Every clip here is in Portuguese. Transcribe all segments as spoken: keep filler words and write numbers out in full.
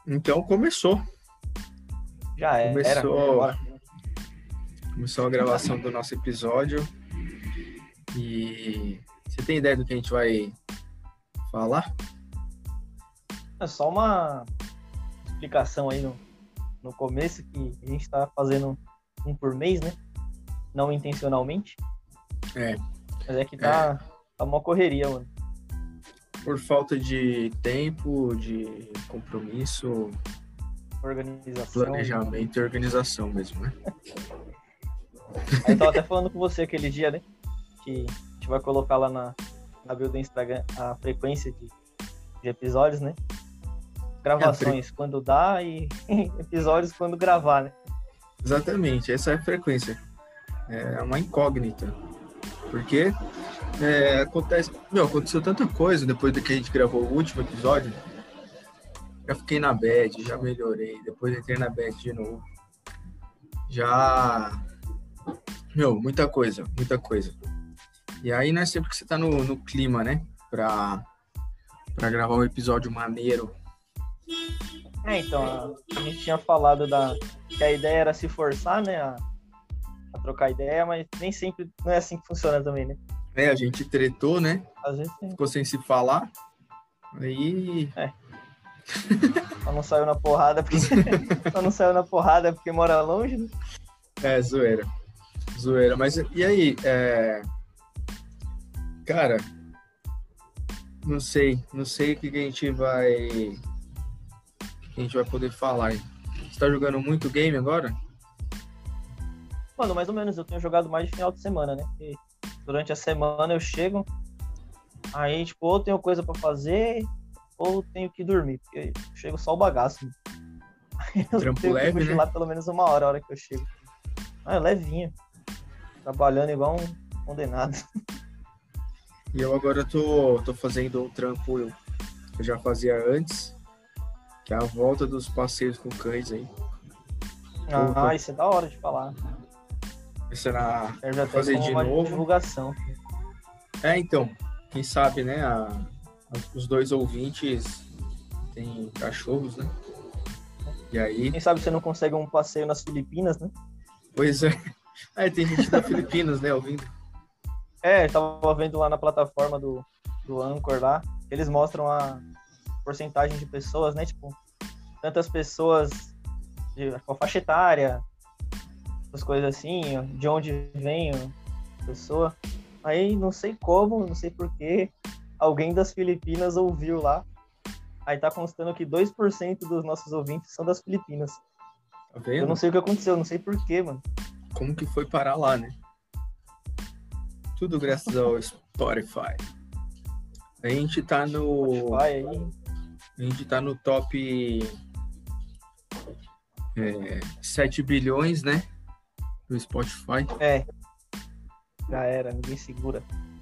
Então começou. Já é, era. Começou, Bora. começou a gravação do nosso episódio. E você tem ideia do que a gente vai falar? É só uma explicação aí no, no começo, que a gente tá fazendo um por mês, né? Não intencionalmente. É. Mas é que tá, tá uma correria, mano. Por falta de tempo, de compromisso, Organização. planejamento e organização mesmo, né? Aí eu tava até falando com você aquele dia, né? Que a gente vai colocar lá na, na bio do Instagram a frequência de, de episódios, né? Gravações quando dá e episódios quando gravar, né? Exatamente, essa é a frequência. É uma incógnita. Porque é, acontece... Meu, aconteceu tanta coisa depois de que a gente gravou o último episódio. Já fiquei na bad, já melhorei. Depois entrei na bad de novo. Já... Meu, muita coisa, muita coisa. E aí não é sempre que você tá no, no clima, né? Pra, pra gravar um episódio maneiro. É, então, a, a gente tinha falado da, que a ideia era se forçar, né? A, a trocar ideia, mas nem sempre não é assim que funciona também, né? É, a gente tretou, né? Às vezes é. Ficou sem se falar. Aí... É. Só não saiu na porrada porque... Só não saiu na porrada porque mora longe, né? É, zoeira. Zoeira. Mas e aí? É... Cara, não sei. Não sei o que que a gente vai... O que a gente vai poder falar aí. Você tá jogando muito game agora? Mano, mais ou menos. Eu tenho jogado mais de final de semana, né? Porque durante a semana eu chego, aí, tipo, ou tenho coisa pra fazer, ou tenho que dormir, porque eu chego só o bagaço. Né? Eu Trampo tenho leve, que cochilar né? pelo menos uma hora a hora que eu chego. Ah, é levinho. Trabalhando igual um condenado. E eu agora tô, tô fazendo um trampo que eu já fazia antes, que é a volta dos passeios com cães aí. Ah, isso é da hora de falar. Começando a Eu já fazer tenho de como uma novo. divulgação. É, então, quem sabe, né? A, a- os dois ouvintes têm cachorros, né? E aí, Quem sabe você não consegue um passeio nas Filipinas, né? pois é. Aí tem gente da Filipinas, né, ouvindo. É, eu tava vendo lá na plataforma do, do Anchor lá, eles mostram a porcentagem de pessoas, né? Tipo, tantas pessoas de com a faixa etária, essas coisas assim, de onde vem a pessoa. Aí não sei como, não sei porquê, alguém das Filipinas ouviu lá. Aí tá constando que dois por cento dos nossos ouvintes são das Filipinas. Tá Eu vendo? não sei o que aconteceu, não sei porquê, mano. Como que foi parar lá, né? Tudo graças ao Spotify. A gente tá no... Spotify aí. A gente tá no top é, sete bilhões, né? Do Spotify. É. Já era, ninguém segura.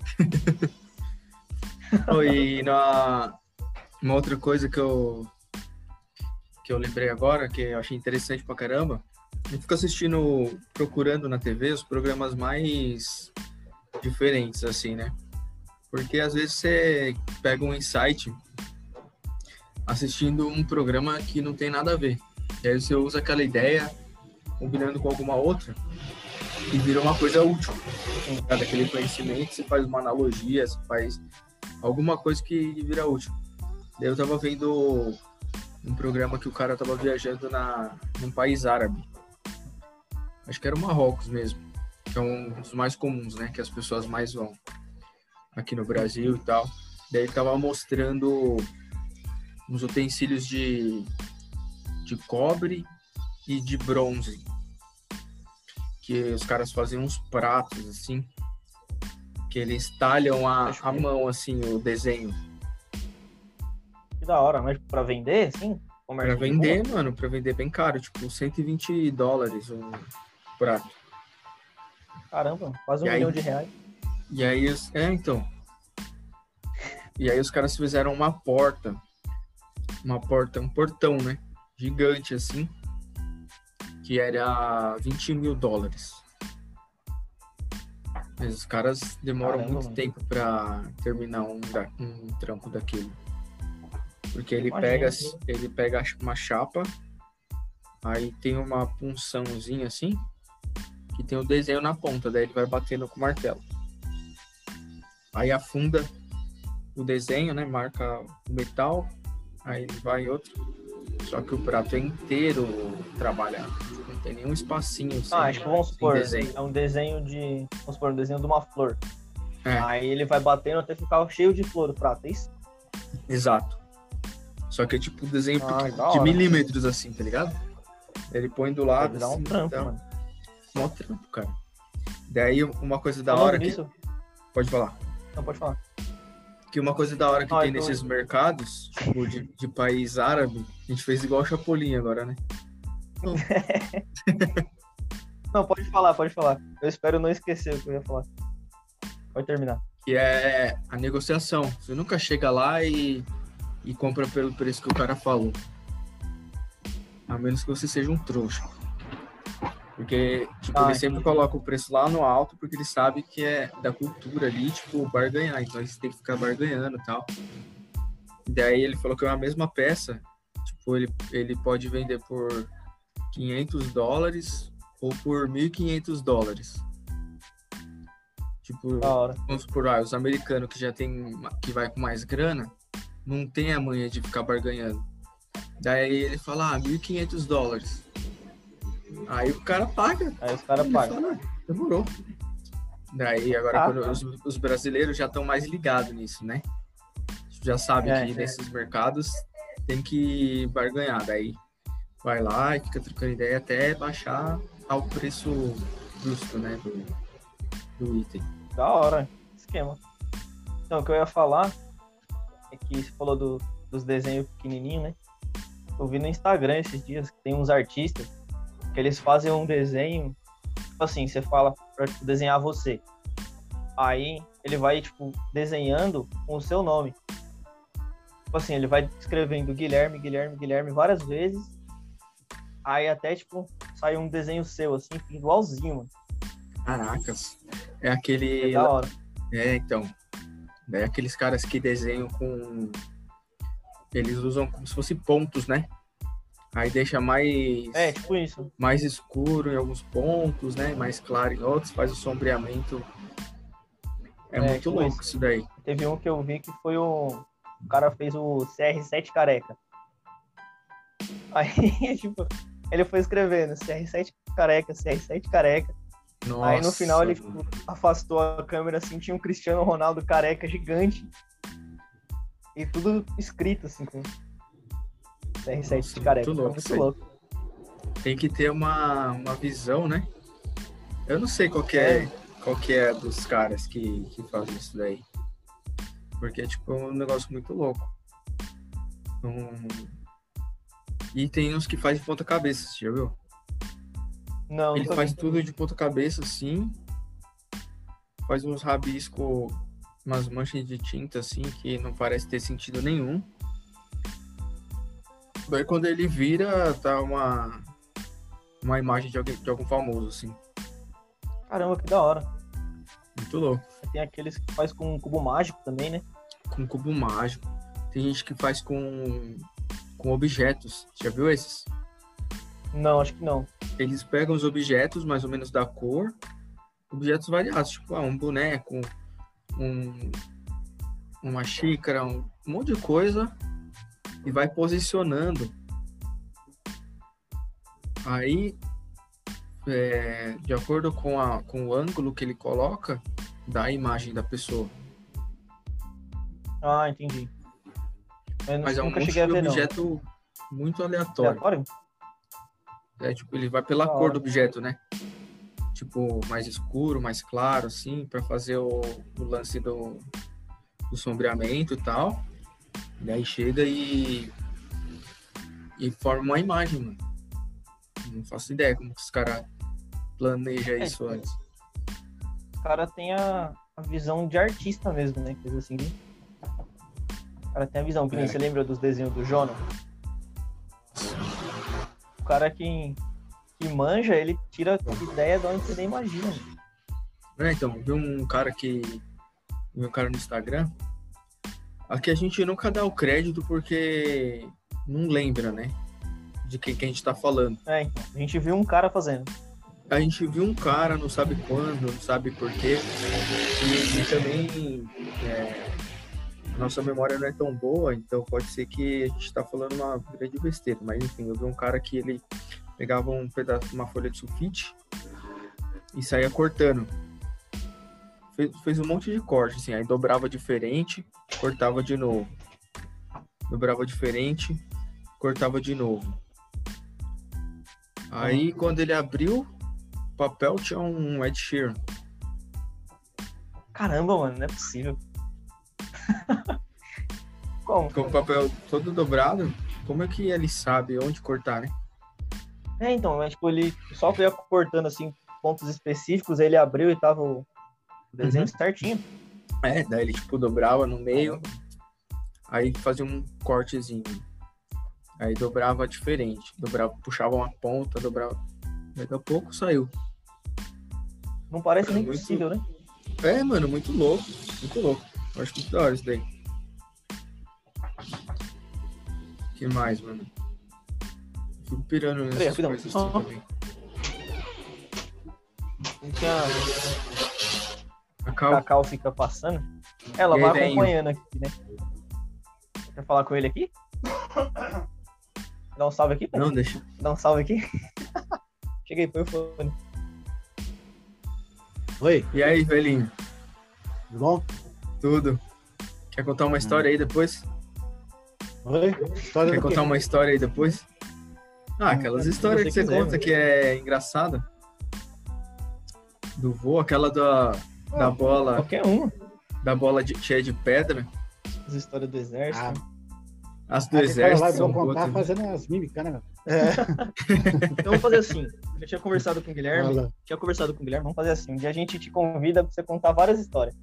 Oh, e na... uma outra coisa que eu que eu lembrei agora, que eu achei interessante pra caramba, eu fico assistindo, procurando na T V os programas mais diferentes, assim, né? Porque às vezes você pega um insight assistindo um programa que não tem nada a ver. E aí você usa aquela ideia combinando com alguma outra e vira uma coisa útil. Cada aquele conhecimento, você faz uma analogia, você faz alguma coisa que vira útil. Daí eu tava vendo um programa que o cara tava viajando na, num país árabe. Acho que era o Marrocos mesmo, que é um dos mais comuns, né? Que as pessoas mais vão aqui no Brasil e tal. Daí ele tava mostrando uns utensílios de, de cobre e de bronze. Que os caras fazem uns pratos, assim, que eles talham a, a mão, assim, o desenho. Que da hora, mas pra vender, assim? Pra Comércio de vender, rua? mano, pra vender bem caro, tipo, cento e vinte dólares um prato. Caramba, quase um E aí- milhão de reais. E aí, os- é, então. E aí os caras fizeram uma porta, uma porta, um portão, né? Gigante, assim, que era vinte mil dólares. Mas os caras demoram Caramba, muito mano. tempo pra terminar um, da- um trampo daquele. Porque ele Imagina. pega, ele pega uma chapa, aí tem uma punçãozinha assim, que tem o desenho na ponta, daí ele vai batendo com o martelo. Aí afunda o desenho, né? Marca o metal, aí ele vai outro. Só que o prato é inteiro trabalhado. Não tem nenhum espacinho sem, Ah, tipo, vamos supor, desenho. é um desenho de. Vamos supor, um desenho de uma flor. É. Aí ele vai batendo até ficar cheio de flor o prato, é isso? Exato. Só que é tipo um desenho Ah, pequeno, da de hora. milímetros assim, tá ligado? Ele põe do lado. Deve dar um assim, trampo, então, mano. mó trampo, cara. Daí uma coisa da Falando hora que... nisso, Pode falar. não pode falar. Que uma coisa da hora que Ah, tem então- nesses mercados, tipo, de, de país árabe, a gente fez igual o Chapolin agora, né? Não, pode falar, pode falar. Eu espero não esquecer o que eu ia falar. Pode terminar. Que é a negociação. Você nunca chega lá e, e compra pelo preço que o cara falou. A menos que você seja um trouxa. Porque, tipo, Ah, ele sempre entendi. coloca o preço lá no alto, porque ele sabe que é da cultura ali, tipo, barganhar. Então eles têm que ficar barganhando e tal. Daí ele falou que é a mesma peça, tipo, ele, ele pode vender por quinhentos dólares ou por mil e quinhentos dólares. Tipo, Da hora. vamos supor, ah, os americanos que já tem, que vai com mais grana, não tem a manha de ficar barganhando. Daí ele fala, ah, mil e quinhentos dólares. Aí o cara paga. Aí os caras Ele pagam. fala, ah, demorou. Daí agora Ah, quando tá. os, os brasileiros já estão mais ligados nisso, né? Já sabe É, que é. nesses mercados tem que barganhar. Daí vai lá e fica trocando ideia até baixar ao preço justo, né? Do, do item. Da hora. Esquema. Então, o que eu ia falar é que você falou do, dos desenhos pequenininhos, né? Eu vi no Instagram esses dias que tem uns artistas que eles fazem um desenho, tipo assim, você fala pra tipo, desenhar você. Aí ele vai, tipo, desenhando com o seu nome. Tipo assim, ele vai escrevendo Guilherme, Guilherme, Guilherme várias vezes. Aí até, tipo, sai um desenho seu, assim, igualzinho, mano. Caracas. É É aquele. da hora. É, então. É aqueles caras que desenham com. Eles usam como se fosse pontos, né? Aí deixa mais. É, tipo isso. mais escuro em alguns pontos, né? Mais claro em outros, faz o sombreamento. É, É, muito tipo louco isso. isso daí. Teve um que eu vi que foi o... O cara fez o C R sete careca. Aí, tipo, ele foi escrevendo C R sete careca, C R sete careca. Nossa. Aí no final ele tipo, afastou a câmera assim, tinha um Cristiano Ronaldo careca gigante. E tudo escrito assim com C R sete Nossa, careca. muito Foi louco muito isso aí. louco. Tem que ter uma, uma visão, né? Eu não sei qual que é, É. qual que é dos caras que, que fazem isso daí. Porque é tipo um negócio muito louco. Um... E tem uns que faz de ponta cabeça, você já viu? Não, Ele nunca faz vi. tudo de ponta cabeça assim. Faz uns rabiscos, umas manchas de tinta assim, que não parece ter sentido nenhum. Daí quando ele vira, tá uma, uma imagem de, alguém, de algum famoso, assim. Caramba, que da hora. Muito louco. Tem aqueles que faz com um cubo mágico também, né? Com cubo mágico. Tem gente que faz com, com objetos. Já viu esses? Não, acho que não. Eles pegam os objetos, mais ou menos da cor, objetos variados, tipo ah, um boneco, um, uma xícara, um, um monte de coisa, e vai posicionando. Aí, é, de acordo com, a, com o ângulo que ele coloca, dá a imagem da pessoa. Ah, entendi. Eu Mas é um nunca monte cheguei a de ver, não. objeto muito aleatório. Aleatório? É, tipo, ele vai pela Da cor hora. do objeto, né? Tipo, mais escuro, mais claro, assim, pra fazer o, o lance do, do sombreamento e tal. Daí chega e e forma uma imagem, mano. Não faço ideia como que os caras planejam É, isso tipo, antes. O cara tem a, a visão de artista mesmo, né? Coisa assim. né? O cara tem a visão, que nem É. você lembra dos desenhos do Jono? O cara que, que manja, ele tira ideia de onde você nem imagina. É, então, vi um cara que. Vi um cara no Instagram. Aqui a gente nunca dá o crédito porque não lembra, né? De quem que a gente tá falando. É, então, a gente viu um cara fazendo. A gente viu um cara, não sabe quando, não sabe por quê. E, e também é, nossa memória não é tão boa, então pode ser que a gente tá falando uma grande besteira. Mas enfim, eu vi um cara que ele pegava um pedaço, uma folha de sulfite e saía cortando. Fez, fez um monte de corte, assim, aí dobrava diferente, cortava de novo. Dobrava diferente, cortava de novo. Aí, quando ele abriu o papel, tinha um Ed Sheeran. Caramba, mano, não é possível. Como? Com o papel todo dobrado, como é que ele sabe onde cortar, né? É, então, mas, tipo, ele só ia cortando, assim, pontos específicos, aí ele abriu e tava o desenho Uhum. certinho. É, daí ele, tipo, dobrava no meio, aí fazia um cortezinho. Aí dobrava diferente, dobrava, puxava uma ponta, dobrava. Daqui a pouco saiu. Não parece nem Muito- possível, né? É, mano, muito louco, muito louco. Eu acho muito da hora isso daí. Que mais, mano? Fico pirando Peraí, nessas rapidão. coisas assim Ah. também. Não tinha... A A Cal, Cacau fica passando. Ela E aí, vai velhinho? acompanhando aqui, né? Quer falar com ele aqui? Dá um salve aqui, pô. não, deixa. Dá um salve aqui. Cheguei, põe o fone. Oi, E aí, velhinho? tudo bom? Tudo? Quer contar uma história aí depois? Oi? História Quer do quê? contar uma história aí depois? Ah, aquelas se histórias você que você quiser, conta mano. que é engraçada. Do voo, aquela da, da bola, Qualquer um. da bola de- cheia de pedra. As histórias do exército. Ah, As do ah, você fala lá, exército eu são vou contar outras. fazendo as mímicas, né, meu? Então vamos fazer assim. Eu já tinha conversado com o Guilherme. Fala. Tinha conversado com o Guilherme. Vamos fazer assim. Um dia a gente te convida pra você contar várias histórias.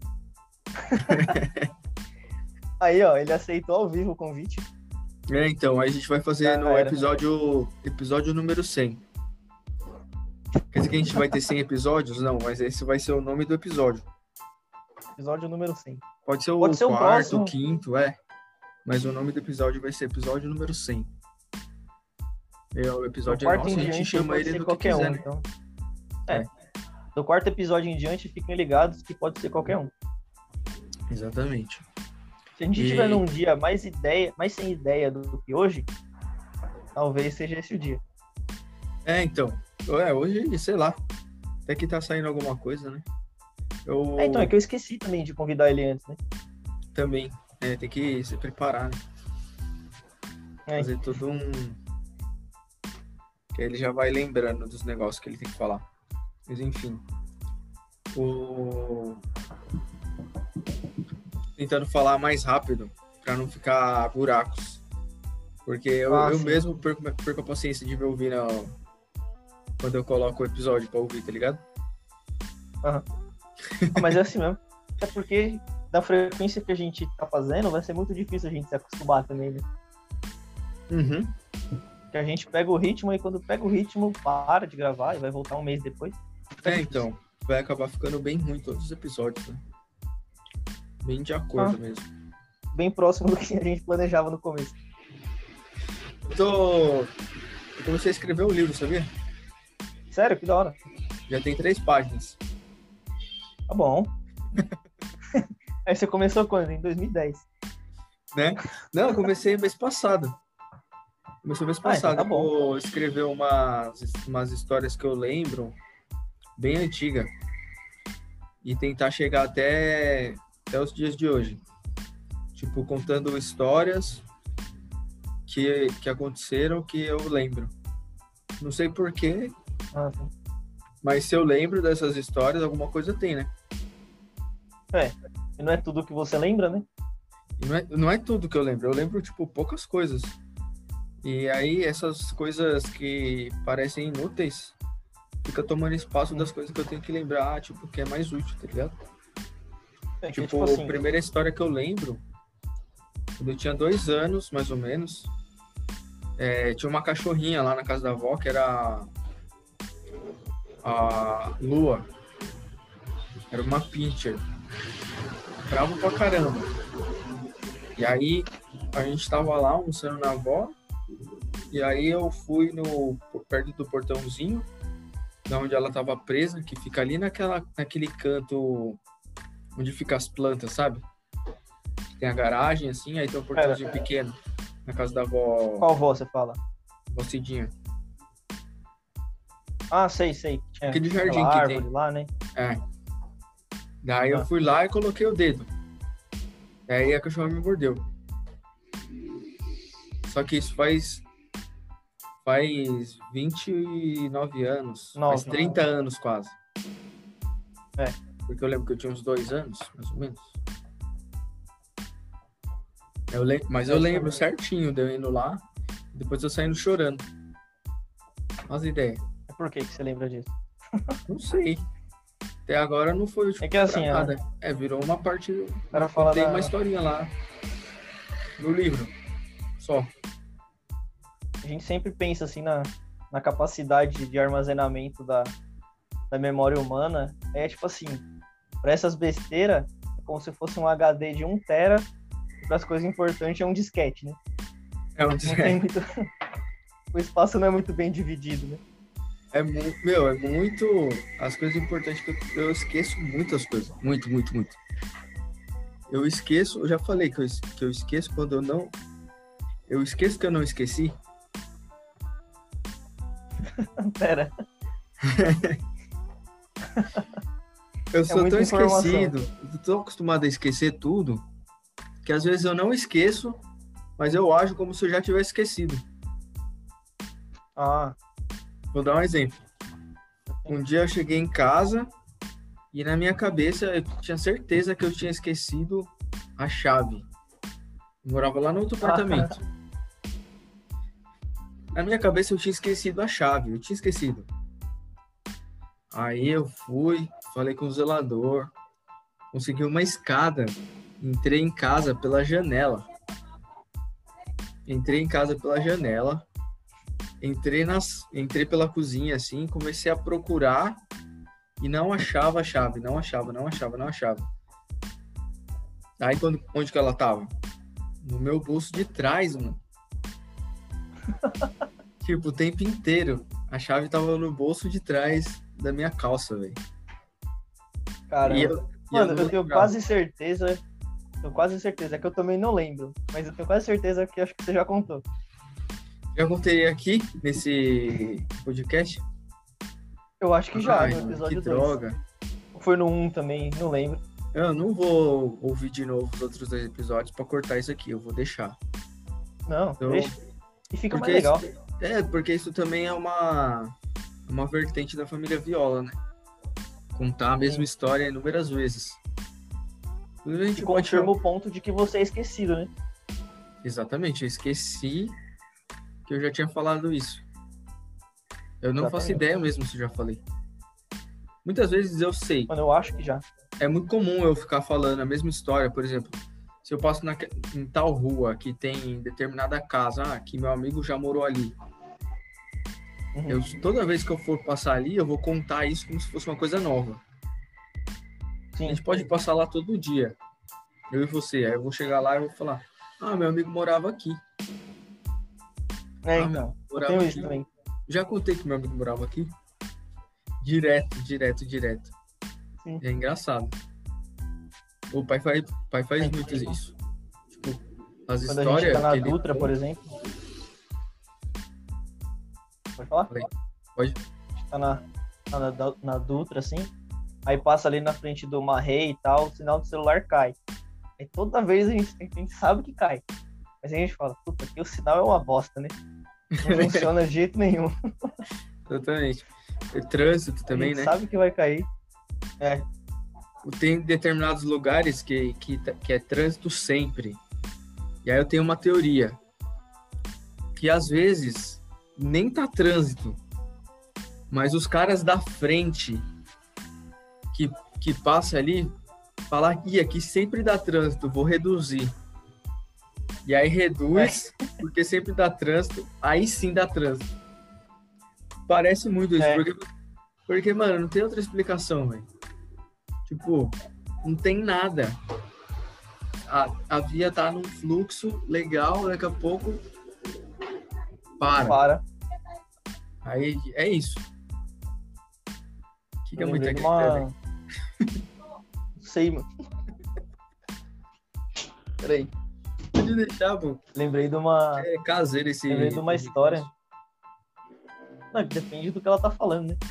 Aí, ó, ele aceitou ao vivo o convite. É, então, aí a gente vai fazer Já no era. episódio, episódio número cem. Quer dizer que a gente vai ter cem episódios? Não, mas esse vai ser o nome do episódio. Episódio número cem. Pode ser o Pode ser o quarto, próximo. o quinto, é. Mas o nome do episódio vai ser episódio número cem. E o Do episódio é quarto nosso, em a gente diante chama pode ele ser do que qualquer quiser, um. né? Então. É. É. Do quarto episódio em diante, fiquem ligados que pode ser qualquer um. Exatamente. Se a gente E- tiver num dia mais ideia, mais sem ideia do que hoje, talvez seja esse o dia. É, então. É, hoje, sei lá. Até que tá saindo alguma coisa, né? Eu É, então, é que eu esqueci também de convidar ele antes, né? também. É, tem que se preparar, né? É. Fazer todo um. Que aí ele já vai lembrando dos negócios que ele tem que falar. Mas enfim. O... Tentando falar mais rápido pra não ficar buracos. Porque eu, Ah, eu sim. mesmo perco, perco a paciência de me ouvir na... quando eu coloco o episódio pra ouvir, tá ligado? Ah, mas é assim mesmo. Até porque da frequência que a gente tá fazendo, vai ser muito difícil a gente se acostumar também, né? Uhum. Porque a gente pega o ritmo e quando pega o ritmo, para de gravar e vai voltar um mês depois. É, então. Vai acabar ficando bem ruim todos os episódios, né? Bem de acordo Ah. mesmo. Bem próximo do que a gente planejava no começo. Eu tô... Eu comecei a escrever um livro, sabia? Sério, que da hora. Já tem três páginas. Tá bom. Aí você começou quando? Em dois mil e dez. Né? Não, eu comecei mês passado. Comecei mês Ah, então passado. tá bom. Vou escrever umas, umas histórias que eu lembro, bem antiga. E tentar chegar até, até os dias de hoje. Tipo, contando histórias que, que aconteceram que eu lembro. Não sei porquê, Ah, sim. mas se eu lembro dessas histórias, alguma coisa tem, né? E não é tudo que você lembra, né? E não é, não é tudo que eu lembro. Eu lembro, tipo, poucas coisas. E aí, essas coisas que parecem inúteis, fica tomando espaço das coisas que eu tenho que lembrar, tipo, que é mais útil, tá ligado? É que, Tipo, tipo assim, a primeira história que eu lembro, quando eu tinha dois anos, mais ou menos, é, tinha uma cachorrinha lá na casa da avó, que era a Lua. Era uma pincher. Bravo pra caramba. E aí, a gente tava lá almoçando na avó, e aí eu fui no, perto do portãozinho, da onde ela tava presa, que fica ali naquela, naquele canto onde fica as plantas, sabe? Tem a garagem, assim, aí tem um portãozinho Pera. pequeno, na casa da avó, Qual avó você fala? avó Cidinha. Ah, sei, sei. Tinha Aquele aquela jardim que árvore tem. lá, né? É. Daí eu Ah. fui lá e coloquei o dedo. Daí a cachorra me mordeu. Só que isso faz faz vinte e nove anos, Nove. faz trinta anos quase. É. Porque eu lembro que eu tinha uns dois anos, mais ou menos. Eu lem- Mas eu lembro certinho de eu indo lá, depois eu saindo chorando. Faz ideia. Por que, que você lembra disso? Não sei. Até agora não foi útil É que assim, pra ó, nada. É, virou uma parte. cara fala Tem da- uma historinha lá no livro. Só. a gente sempre pensa assim na, na capacidade de armazenamento da, da memória humana. É tipo assim, para essas besteiras, é como se fosse um H D de um tera, e para as coisas importantes é um disquete, né? É um Não tem muito... o espaço não é muito bem dividido, né? É mu- meu, é muito. As coisas importantes que eu, eu esqueço muitas coisas. Muito, muito, muito. Eu esqueço, eu já falei que eu, es- que eu esqueço quando eu não. Eu esqueço que eu não esqueci. Pera, Eu sou muita tão informação. esquecido, eu tô acostumado a esquecer tudo, que às vezes eu não esqueço, mas eu ajo como se eu já tivesse esquecido. ah, Vou dar um exemplo. Um dia eu cheguei em casa e na minha cabeça eu tinha certeza que eu tinha esquecido a chave. Eu morava lá no outro apartamento. Na minha cabeça eu tinha esquecido a chave, eu tinha esquecido. Aí eu fui, falei com o zelador, consegui uma escada, entrei em casa pela janela. Entrei em casa pela janela, entrei, nas, entrei pela cozinha assim, comecei a procurar e não achava a chave, não achava, não achava, não achava. Aí quando, onde que ela tava? No meu bolso de trás, mano. Tipo, o tempo inteiro. A chave tava no bolso de trás da minha calça, velho. cara. E eu, e Mano, não eu tenho lembrava. quase certeza. Tenho quase certeza, é que eu também não lembro. Mas eu tenho quase certeza que acho que você já contou. Já contei aqui nesse podcast. Eu acho que já, Ai, no mano, episódio que dois. droga. Foi no um também, não lembro. Eu não vou ouvir de novo os outros dois episódios pra cortar isso aqui, eu vou deixar. Não, Eu- deixa. E fica Porque mais legal. isso- é, porque isso também é uma, uma vertente da família Viola, né? Contar a mesma Sim. história inúmeras vezes. Inclusive, a gente E pode confirma o ponto de que você é esquecido, né? Exatamente, eu esqueci que eu já tinha falado isso. Eu não faço Exatamente. ideia mesmo se eu já falei. Muitas vezes eu sei. Mano, eu acho que já. É muito comum eu ficar falando a mesma história, por exemplo, se eu passo na, em tal rua que tem determinada casa, ah, que meu amigo já morou ali. Uhum. Eu, toda vez que eu for passar ali, eu vou contar isso como se fosse uma coisa nova. A Sim. gente pode passar lá todo dia, eu e você. Aí eu vou chegar lá e vou falar, ah, meu amigo morava aqui. É, Ah, então. Eu morava tenho aqui. isso também. Já contei que meu amigo morava aqui? Direto, direto, direto. Sim. É engraçado. O pai faz, o pai faz É muito incrível. isso. Tipo, as Quando a histórias. gente tá na que ele Dutra, por conta- exemplo. Pode falar? Falei. Pode. A gente tá na, tá na, na, na Dutra, assim. Aí passa ali na frente do Marrei e tal, o sinal do celular cai. Aí toda vez a gente, a gente sabe que cai. Mas aí a gente fala, puta, aqui o sinal é uma bosta, né? Não funciona de jeito nenhum. Exatamente. E trânsito também, a gente né? sabe que vai cair. É, Tem determinados lugares que, que, tá- que é trânsito sempre. E aí eu tenho uma teoria. Que às vezes nem tá trânsito. Mas os caras da frente que, que passa ali, falar que aqui sempre dá trânsito, vou reduzir. E aí reduz, porque sempre dá trânsito, aí sim dá trânsito. Parece muito isso, É. porque, porque, mano, não tem outra explicação, velho. Tipo, não tem nada. a, a via tá num fluxo legal, daqui a pouco para. Para. Aí é isso. O que, que é Eu muita lembrei de critério? uma... Não sei, mano. Peraí. Pode deixar, pô. Lembrei de uma... É caseiro esse... Lembrei de uma história. Não, depende do que ela tá falando, né?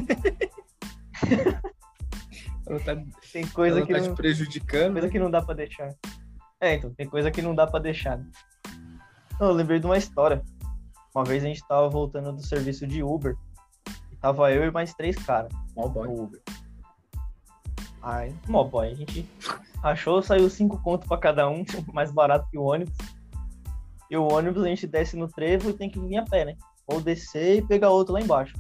Ela tá, Tem coisa ela que tá não... te prejudicando. coisa que não dá pra deixar. É, então, tem coisa que não dá pra deixar. Né? Não, eu lembrei de uma história. Uma vez a gente tava voltando do serviço de Uber. E tava eu e mais três caras Mal boy. no Uber. Aí, mó boy, a gente achou, saiu cinco conto pra cada um, mais barato que o ônibus. E o ônibus a gente desce no trevo e tem que vir a pé, né? Ou descer e pegar outro lá embaixo.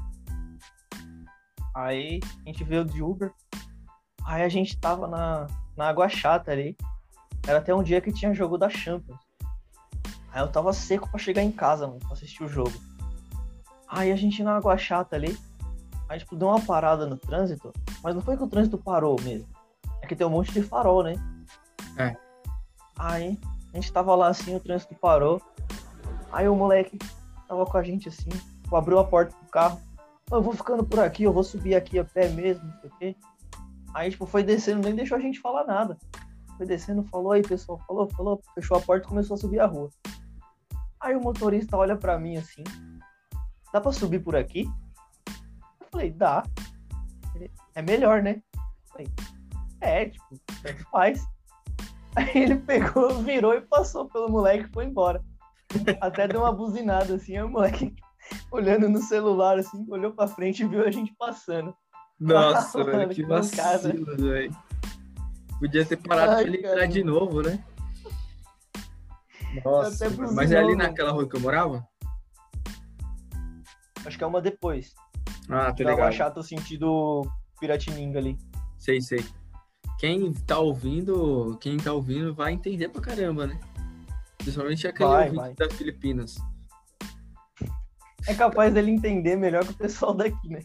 Aí a gente veio de Uber. Aí a gente tava na, na Água Chata ali. Era até um dia que tinha jogo da Champions. Aí eu tava seco pra chegar em casa, mano, pra assistir o jogo. Aí a gente na Água Chata ali. Aí tipo, deu uma parada no trânsito. Mas não foi que o trânsito parou mesmo. É que tem um monte de farol, né? É. Aí a gente tava lá assim, o trânsito parou. Aí o moleque tava com a gente assim, abriu a porta do carro. Eu vou ficando por aqui, eu vou subir aqui a pé mesmo, não sei o quê. Aí, tipo, foi descendo, nem deixou a gente falar nada. Foi descendo, falou aí, pessoal, falou, falou, fechou a porta e começou a subir a rua. Aí o motorista olha pra mim assim, dá pra subir por aqui? Eu falei, dá. Ele, é melhor, né? Eu falei, é, tipo, tanto faz. Aí ele pegou, virou e passou pelo moleque e foi embora. Até deu uma buzinada assim, aí o moleque olhando no celular assim, olhou pra frente e viu a gente passando. Nossa, Ah, velho, mano, que que mancada. vacilo, velho. Podia ter parado Ai, pra ele entrar caramba. de novo, né? Nossa, Até mano. Mas é ali buzinou, naquela rua que eu morava? Acho que é uma depois. Ah, tá Da Água legal. Chata, sentido Piratininga ali. Sei, sei. Quem tá ouvindo, quem tá ouvindo vai entender pra caramba, né? Principalmente aquele Vai, ouvinte vai. das Filipinas. É capaz dele entender melhor que o pessoal daqui, né?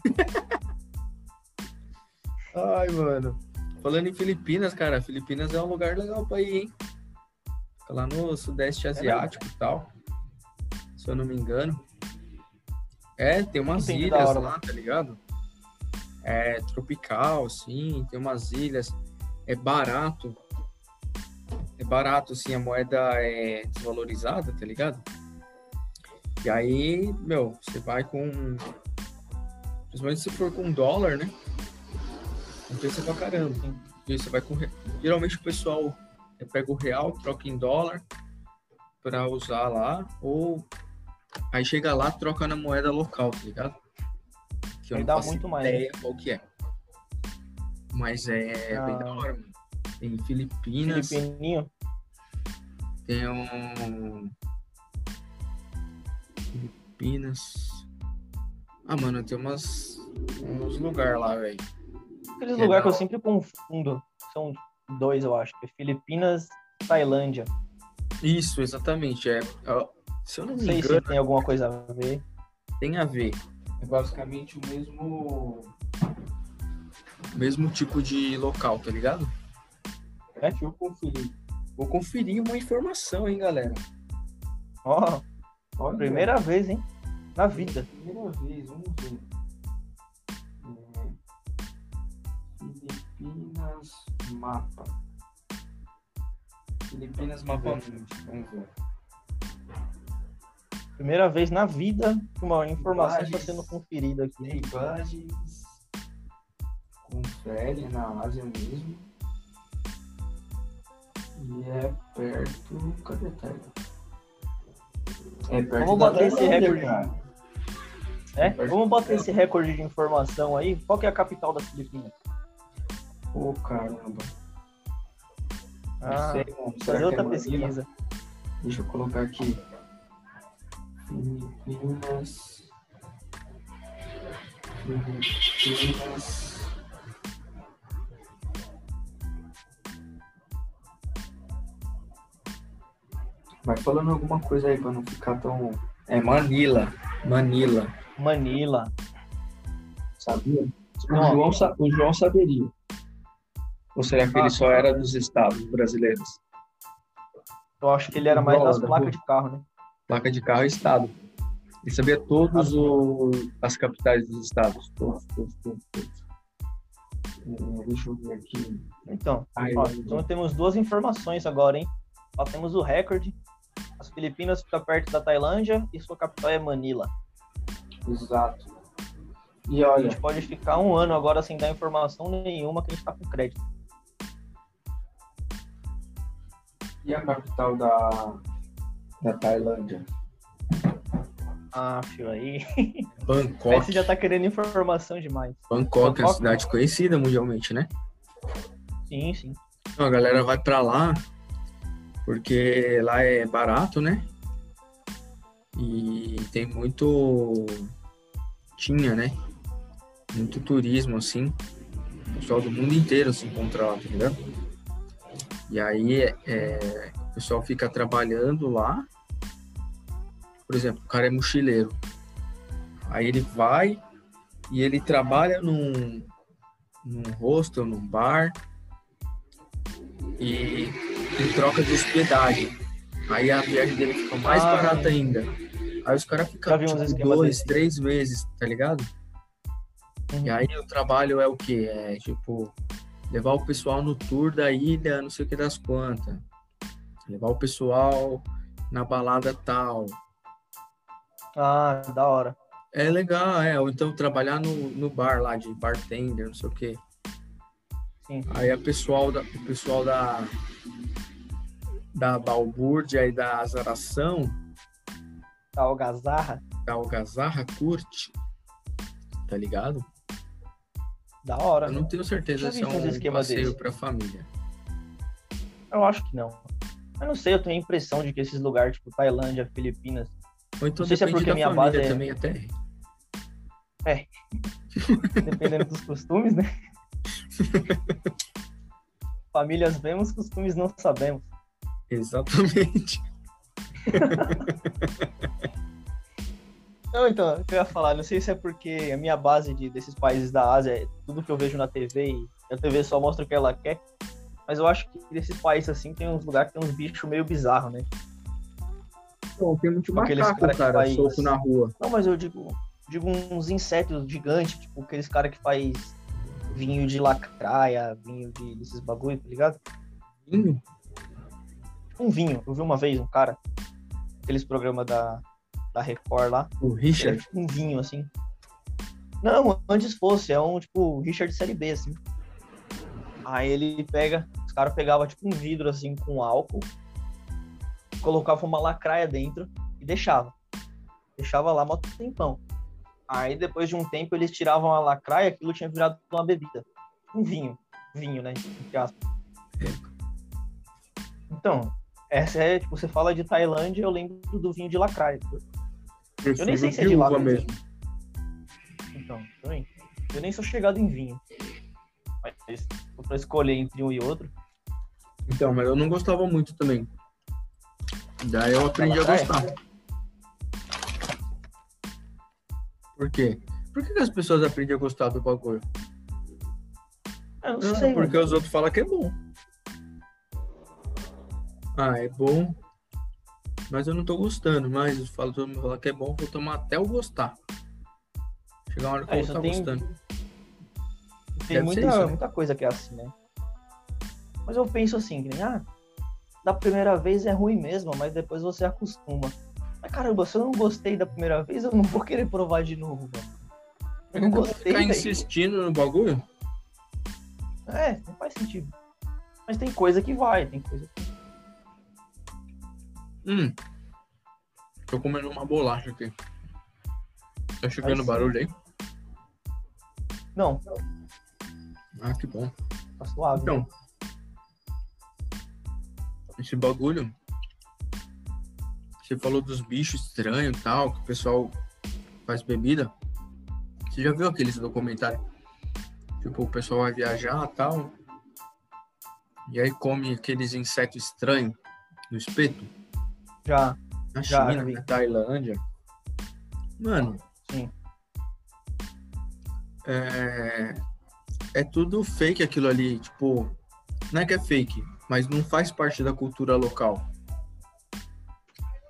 Ai, mano. Falando em Filipinas, cara, Filipinas é um lugar legal pra ir, hein? Fica lá no Sudeste Asiático e tal. Se eu não me engano. É, tem umas Entendi, da ilhas hora, lá, tá ligado? É tropical, sim, tem umas ilhas. É barato. É barato, assim, a moeda é desvalorizada, tá ligado? E aí, meu, você vai com... Principalmente se for com dólar, né? Compensa pra caramba. E você vai com... re- Geralmente o pessoal pega o real, troca em dólar pra usar lá, ou aí chega lá, troca na moeda local, tá ligado? Que eu Aí não dá faço muito mais, ideia qual que é. Mas é Ah. bem da hora, mano. Tem Filipinas, Filipininho. tem um... Filipinas... Ah, mano, tem umas... uns lugares lá, velho. Aqueles É lugares que da eu sempre confundo. São dois, eu acho. Que é Filipinas e Tailândia. Isso, exatamente. É, ó, se eu não Não me sei engano, se tem alguma coisa a ver. tem a ver. É basicamente o mesmo o mesmo tipo de local, tá ligado? É? Deixa eu conferir. Vou conferir uma informação, hein, galera. Ó, Olha, primeira vez, hein? Na vida. primeira vez, vamos ver. É, Filipinas mapa. Filipinas mapa mundi. Vamos ver. Primeira vez na vida que uma informação está Imagens. sendo conferida aqui. Tem imagens. Confere na Ásia mesmo. E é perto. Cadê a tela? É perto Vamos da bater esse Tailândia, recorde. cara. É? Vamos bater esse recorde de informação aí. Qual que é a capital da Filipinas? Pô, caramba. Não Ah, sei, mano. fazer Será que é outra Manila? pesquisa. Deixa eu colocar aqui. Filipinas. Filipinas. Vai falando alguma coisa aí pra não ficar tão. É Manila. Manila. Manila. Sabia? O Não. João, sa- o João saberia. Ou será que Ah. ele só era dos estados brasileiros? Eu acho que ele era mais das placas de carro, né? Placa de carro é estado. Ele sabia todos os, as capitais dos estados. Todos, todos, todos, todos. Hum, Deixa eu ver aqui. Então, Ai, ó, ai, então temos duas informações agora, hein? Ó, temos o recorde. As Filipinas ficam perto da Tailândia e sua capital é Manila. Exato. E A olha, gente pode ficar um ano agora sem dar informação nenhuma que a gente tá com crédito. e a capital da, da Tailândia? Ah, filho, aí. Aí Bangkok. você já tá querendo informação demais. Bangkok é uma Bangkok? cidade conhecida mundialmente, né? Sim, sim. Então, a galera vai pra lá porque lá é barato, né? E tem muito... Tinha, né? Muito turismo, assim. O pessoal do mundo inteiro se encontra lá, tá ligado? E aí, é, o pessoal fica trabalhando lá. Por exemplo, o cara é mochileiro. Aí ele vai e ele trabalha num, num hostel, num bar, e em troca de hospedagem. Aí a viagem dele fica mais Ah, barata ainda. Aí os caras Já ficam vi uns tipo, esquemas dois, desse. três meses, tá ligado? Uhum. E aí o trabalho é o quê? É tipo, levar o pessoal no tour da ilha, não sei o que das quantas. Levar o pessoal na balada tal. Ah, da hora. É legal, é. Ou então trabalhar no, no bar lá, de bartender, não sei o quê. Sim. Aí a pessoal da, o pessoal da, da balbúrdia e da azaração, Da algazarra. da algazarra, curte. Tá ligado? Da hora. Eu não tenho certeza Já se vi é uns um esquemas passeio desse. pra família. Eu acho que não. Eu não sei, eu tenho a impressão de que esses lugares, tipo Tailândia, Filipinas, Ou então Não sei se é depende porque da a minha família base é- também até. dependendo dos costumes, né? Famílias vemos, costumes não sabemos. Exatamente. Não, então, o que eu ia falar, não sei se é porque a minha base de, desses países da Ásia é tudo que eu vejo na T V e a T V só mostra o que ela quer, mas eu acho que desses países assim tem uns lugares que tem uns bichos meio bizarros, né? Bom, tem muito Aqueles macaco, cara que cara, faz- solto na rua. Não, mas eu digo, digo uns insetos gigantes, tipo aqueles caras que faz vinho de lacraia, vinho de desses bagulho, tá ligado? Vinho? Um vinho, eu vi uma vez um cara, aqueles programas da, da Record lá, O ele é Richard? tipo um vinho, assim. Não, antes fosse, é um tipo Richard Série B, assim. Aí ele pega, os caras pegavam tipo um vidro assim com álcool, colocava uma lacraia dentro e deixava. Deixava lá mó tempão. Aí depois de um tempo eles tiravam a lacraia, aquilo tinha virado uma bebida. Um vinho. Vinho, né? Entre aspas. Então, essa é, tipo, você fala de Tailândia, eu lembro do vinho de lacraia. Eu nem sei se é de lá uva mesmo. mesmo. Então, também. Eu nem sou chegado em vinho. Mas se for pra escolher entre um e outro, Então, mas eu não gostava muito também. Daí eu aprendi a lacraia? gostar. Por quê? Por que, que as pessoas aprendem a gostar do bagulho? eu não Não, sei. porque mano. os outros falam que é bom. Ah, é bom. Mas eu não tô gostando. Mas eu falo, todo mundo fala que é bom, vou tomar até eu gostar. Chegar uma hora que Ah, eu isso vou estar tem- gostando. Tem Deve ser muita, isso, né? muita coisa que é assim, né? Mas eu penso assim, que nem, ah, da primeira vez é ruim mesmo, mas depois você acostuma. Mas caramba, se eu não gostei da primeira vez, eu não vou querer provar de novo, mano. Eu não Eu vou gostei, ficar velho. insistindo no bagulho? É, não faz sentido. Mas tem coisa que vai, tem coisa que... Hum. Tô comendo uma bolacha aqui. Tá chegando Aí sim. barulho aí? Não, Ah, que bom. tá suave. Então, esse bagulho, você falou dos bichos estranhos e tal, que o pessoal faz bebida. Você já viu aqueles documentários? Tipo, o pessoal vai viajar e tal, e aí come aqueles insetos estranhos no espeto, Já, na Já, China, já vi. na Tailândia. Mano, sim. é... é tudo fake aquilo ali, tipo, não é que é fake, mas não faz parte da cultura local.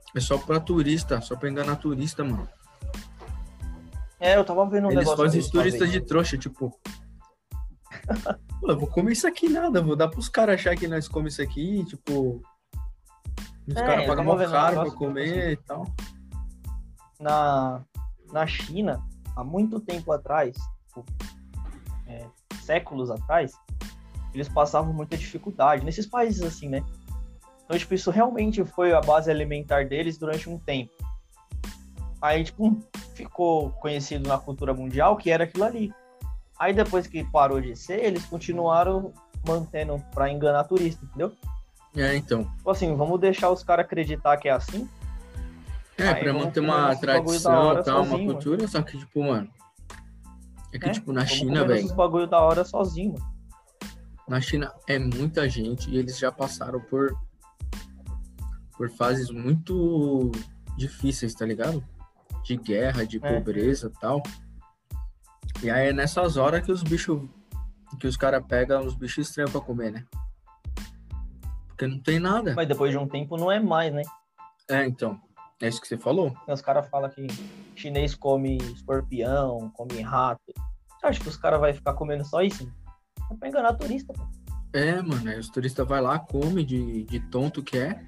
É só pra turista, só pra enganar turista, mano. É, eu tava vendo um Eles negócio fazem desse turista uma vez. de trouxa, tipo... Pô, eu vou comer isso aqui nada, vou dar pros caras achar que nós comemos isso aqui, tipo... Os É, caras eu pagam tava mó vendo um caro pra negócio, comer assim, e tal. na, na China, há muito tempo atrás, tipo, é, séculos atrás, eles passavam muita dificuldade nesses países assim, né? Então, tipo, isso realmente foi a base alimentar deles durante um tempo. Aí, tipo, ficou conhecido na cultura mundial que era aquilo ali. Aí, depois que parou de ser, eles continuaram mantendo pra enganar turista, entendeu? É, então. Tipo assim, vamos deixar os caras acreditar que é assim. É, Aí pra vamos manter comer uma nossos bagulho da tradição hora e tal, uma sozinho, cultura, só que, tipo, mano... É que, É, tipo, na vamos China, comer velho... nossos bagulho da hora sozinho, mano. Na China é muita gente e eles já passaram por... por fases muito difíceis, tá ligado? De guerra, de É. pobreza e tal. E aí é nessas horas que os bichos... Que os caras pegam os bichos estranhos pra comer, né? Porque não tem nada. Mas depois de um tempo não é mais, né? É, então. É isso que você falou. Os caras falam que chinês come escorpião, come rato. Você acha que os caras vão ficar comendo só isso? É pra enganar turista, pô. É, mano. Aí os turistas vão lá, come de, de tonto que é.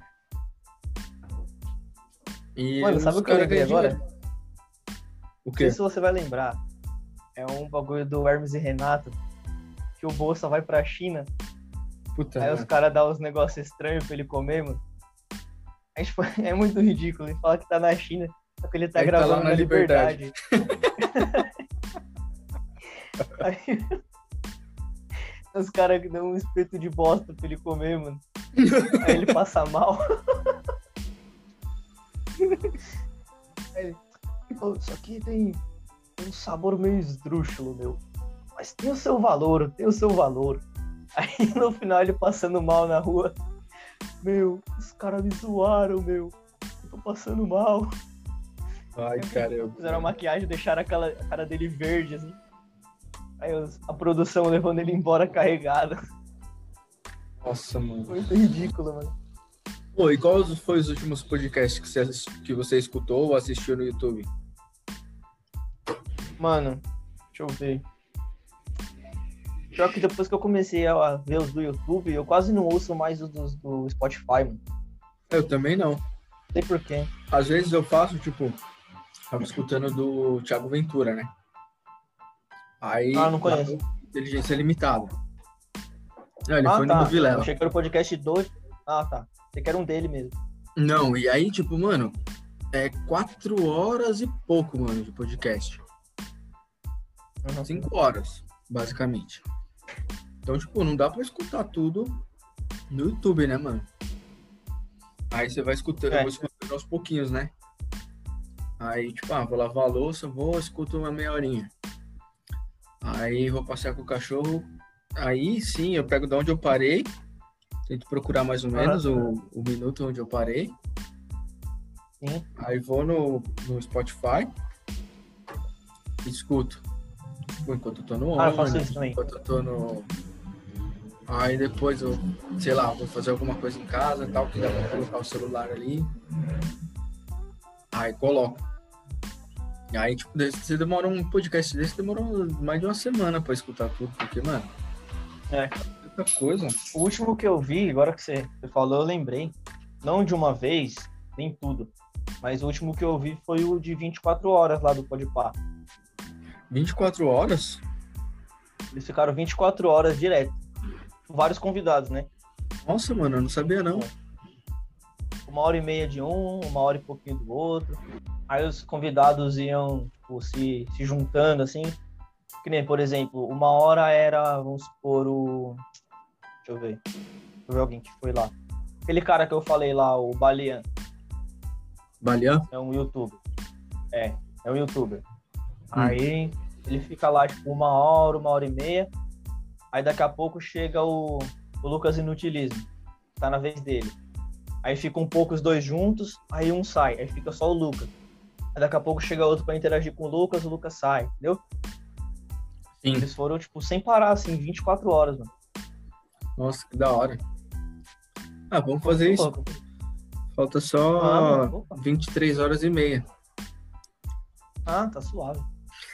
E Mano, sabe os o que eu caras lembrei ganham agora? dinheiro. O Não quê? sei se você vai lembrar. É um bagulho do Hermes e Renato, que o Bolsa vai pra China, Puta, aí os mano. caras dão uns negócios estranhos pra ele comer, mano. Aí, tipo, é muito ridículo. Ele fala que tá na China, só que ele tá Aí tá lá gravando na na Liberdade. Liberdade. Aí, os caras dão um espeto de bosta pra ele comer, mano. Aí ele passa mal. Aí ele, "Pô, isso aqui tem um sabor meio esdrúxulo, meu. Mas tem o seu valor, tem o seu valor." Aí no final ele passando mal na rua. Meu, os caras me zoaram, meu. Eu tô passando mal. Ai, caramba. Fizeram a maquiagem, deixaram aquela, a cara dele verde, assim. Aí os- a produção levando ele embora carregado. Nossa, mano. Muito ridículo, mano. Pô, e quais foi os últimos podcasts que você, assisti- que você escutou ou assistiu no YouTube? Mano, deixa eu ver. Pior que depois que eu comecei a ver os do YouTube, eu quase não ouço mais os dos do Spotify, mano. Eu também não. Não sei porquê. Às vezes eu faço, tipo, tava escutando do Thiago Ventura, né? Aí. Ah, não conheço. Inteligência Limitada. Não, ele ah, foi tá. no Eu Vilela. achei que era o podcast dois. Ah, tá. Você quer um dele mesmo. Não, e aí, tipo, mano, é quatro horas e pouco, mano, de podcast. Uhum. Cinco horas, basicamente. Então, tipo, não dá pra escutar tudo no YouTube, né, mano? Aí você vai escutando, É. eu vou escutando aos pouquinhos, né? Aí, tipo, ah, vou lavar a louça, vou, escuto uma meia horinha. Aí vou passear com o cachorro. Aí sim, eu pego de onde eu parei. Tento procurar mais ou menos o, o minuto onde eu parei. Sim. Aí vou no, no Spotify e escuto. Tipo, enquanto eu tô no Ah, eu faço ônibus, isso também. enquanto eu tô no... Aí depois eu, sei lá, vou fazer alguma coisa em casa e tal, que dá pra colocar o celular ali. Aí coloco. E aí, tipo, você demora um podcast desse, demora mais de uma semana pra escutar tudo, porque, mano, É. muita coisa. O último que eu vi, agora que você você falou, eu lembrei. Não de uma vez, nem tudo. Mas o último que eu vi foi o de vinte e quatro horas lá do Podpah. vinte e quatro horas? Eles ficaram vinte e quatro horas direto. Vários convidados, né? Nossa, mano, eu não sabia não. Uma hora e meia de um, uma hora e pouquinho do outro. Aí os convidados iam, tipo, se, se juntando, assim. Que nem, por exemplo, uma hora era, vamos supor, o... Deixa eu ver. Deixa eu ver alguém que foi lá. Aquele cara que eu falei lá, o Balian, Balian? é um youtuber. É, é um youtuber. Hum. Aí ele fica lá, tipo, uma hora, uma hora e meia. Aí daqui a pouco chega o, o Lucas Inutilismo. Tá na vez dele. Aí ficam um pouco os dois juntos, aí um sai. Aí fica só o Lucas. Aí daqui a pouco chega outro pra interagir com o Lucas, o Lucas sai, entendeu? Sim. Eles foram, tipo, sem parar, assim, vinte e quatro horas, mano. Nossa, que da hora. Ah, vamos fazer isso. Louco. Falta Ah, só mano, opa. vinte e três horas e meia. Ah, tá suave.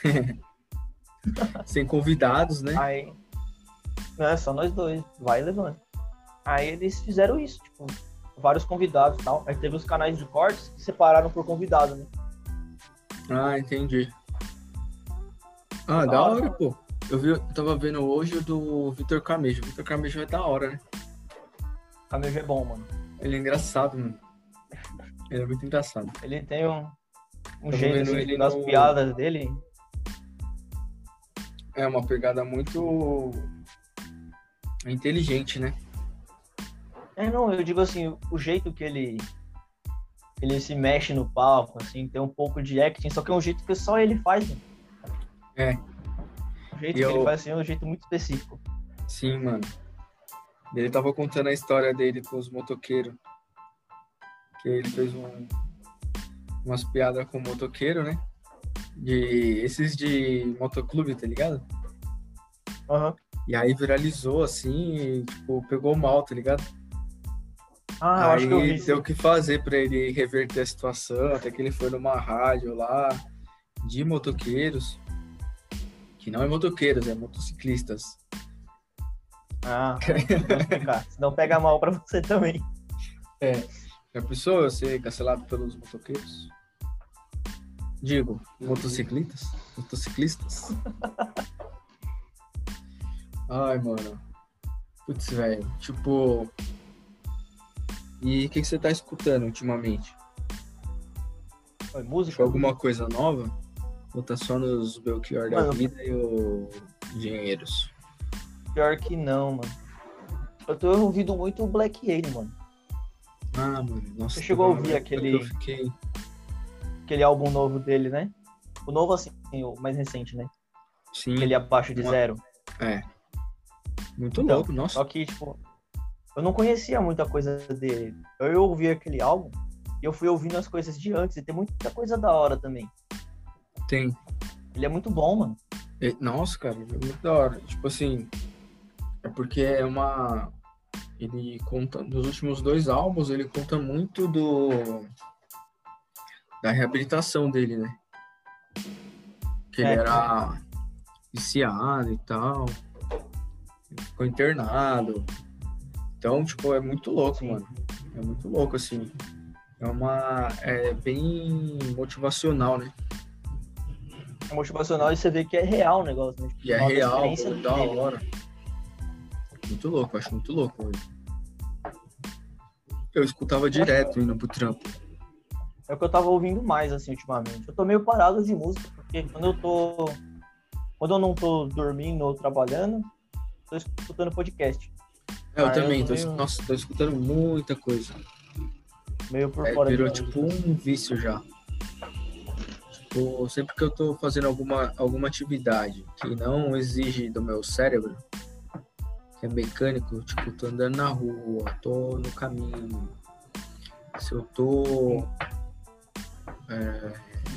Sem convidados, né? Aí. Não, é só nós dois. Vai levando. Aí eles fizeram isso, tipo, vários convidados e tal. Aí teve os canais de cortes que separaram por convidado, né? Ah, entendi. Ah, Da da hora. hora, pô. Eu, vi, eu tava vendo hoje o do Vitor Camejo. O Vitor Camejo é da hora, né? Camejo é bom, mano. Ele é engraçado, mano. Ele é muito engraçado. Ele tem um, um Tava jeito vendo assim, ele das no- piadas dele. É uma pegada muito inteligente, né? É, não, eu digo assim, o jeito que ele ele se mexe no palco, assim, tem um pouco de acting, só que é um jeito que só ele faz, mano. É, O jeito E que eu- ele faz assim é um jeito muito específico. sim, mano. Ele tava contando a história dele com os motoqueiros. Que ele fez um, umas piadas com o motoqueiro, né? De, esses de motoclube, tá ligado? Aham. E aí viralizou assim, e, tipo, pegou mal, tá ligado? Ah, eu aí acho que eu vi. deu o que fazer pra ele reverter a situação, até que ele foi numa rádio lá de motoqueiros, que não é motoqueiros, é motociclistas. Ah, vamos explicar. Senão pega mal pra você também. Já pensou ser cancelado pelos motoqueiros? Digo, motociclistas? Motociclistas? Ai, mano. Putz, velho. Tipo. E o que, que você tá escutando ultimamente? Foi Foi música? alguma coisa nova? Ou tá só nos Belchior da Mano. vida e o Engenheiros? Pior que não, mano. Eu tô ouvindo muito o Black Alien, mano. Ah, mano. Nossa, Você chegou a teve uma ouvir época aquele- que Eu fiquei. Aquele álbum novo dele, né? O novo, assim, o mais recente, né? Sim. Aquele Abaixo de Uma- Zero. É. Muito Então, louco, nossa. Só que, tipo, eu não conhecia muita coisa dele. Eu ouvi aquele álbum e eu fui ouvindo as coisas de antes. E tem muita coisa da hora também. Tem. Ele é muito bom, mano. E- Nossa, cara, é muito da hora. Tipo assim, é porque é uma. Ele conta. Nos últimos dois álbuns, ele conta muito do. Da reabilitação dele, né? Que ele É. era viciado e tal. Ele ficou internado. Então, tipo, é muito louco, Sim. mano. É muito louco, assim. É uma. É bem motivacional, né? É motivacional e você vê que é real o negócio, né? Tipo, E é nota a real, experiência pô, da dele, né? hora. Muito louco, eu acho muito louco, velho. Eu escutava direto indo pro trampo. É o que eu tava ouvindo mais, assim, ultimamente. Eu tô meio parado de música, porque quando eu tô... Quando eu não tô dormindo ou trabalhando, tô escutando podcast. É, eu Ah, também, eu tô, tô es- meio- nossa, tô escutando muita coisa. Meio por É, fora virou de tipo música. um vício já. Tipo, sempre que eu tô fazendo alguma, alguma atividade que não exige do meu cérebro, que é mecânico, tipo, tô andando na rua, tô no caminho, se eu tô é,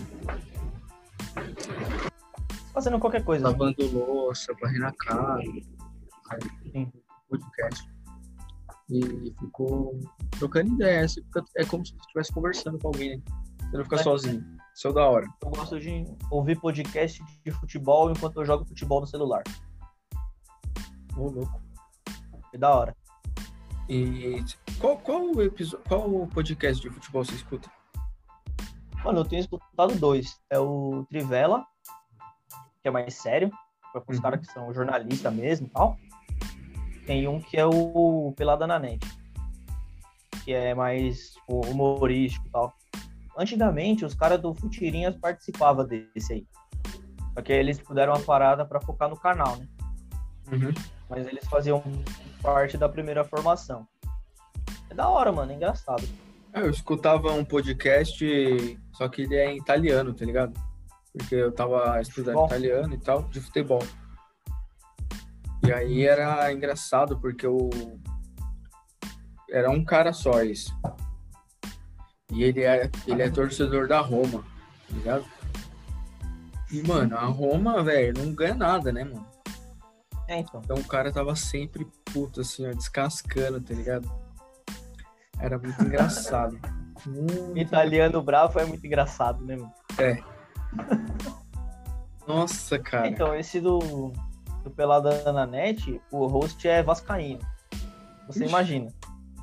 Fazendo qualquer coisa. assim. lavando louça, varrendo a casa, aí, Sim. podcast. E ficou trocando ideia, você fica- é como se você estivesse conversando com alguém, né? Você não fica É. sozinho. Isso é da hora. Eu gosto de ouvir podcast de futebol enquanto eu jogo futebol no celular. Ô, louco. É da hora. E qual, qual, o episódio, qual o podcast de futebol você escuta? Mano, eu tenho escutado dois. É o Trivela, que é mais sério, para os Uhum. caras que são jornalistas mesmo e tal. Tem um que é o Pelada na Net, que é mais tipo, humorístico e tal. Antigamente, os caras do Futirinhas participavam desse aí. Só que eles deram uma parada para focar no canal, né? Uhum. Mas eles faziam parte da primeira formação. É da hora, mano, é engraçado. Eu escutava um podcast, só que ele é em italiano, tá ligado? Porque eu tava estudando Bom. italiano e tal, de futebol. E aí era engraçado, porque eu... era um cara só isso. E ele é, ele é torcedor da Roma, tá ligado? E, mano, a Roma, velho, não ganha nada, né, mano? É, então. Então o cara tava sempre puto, assim, ó, descascando, tá ligado? Era muito engraçado. Muito... Italiano bravo é muito engraçado, né, mano? Nossa, cara. Então, esse do, do Pelada na Net, o host é vascaíno. Você Ixi. imagina.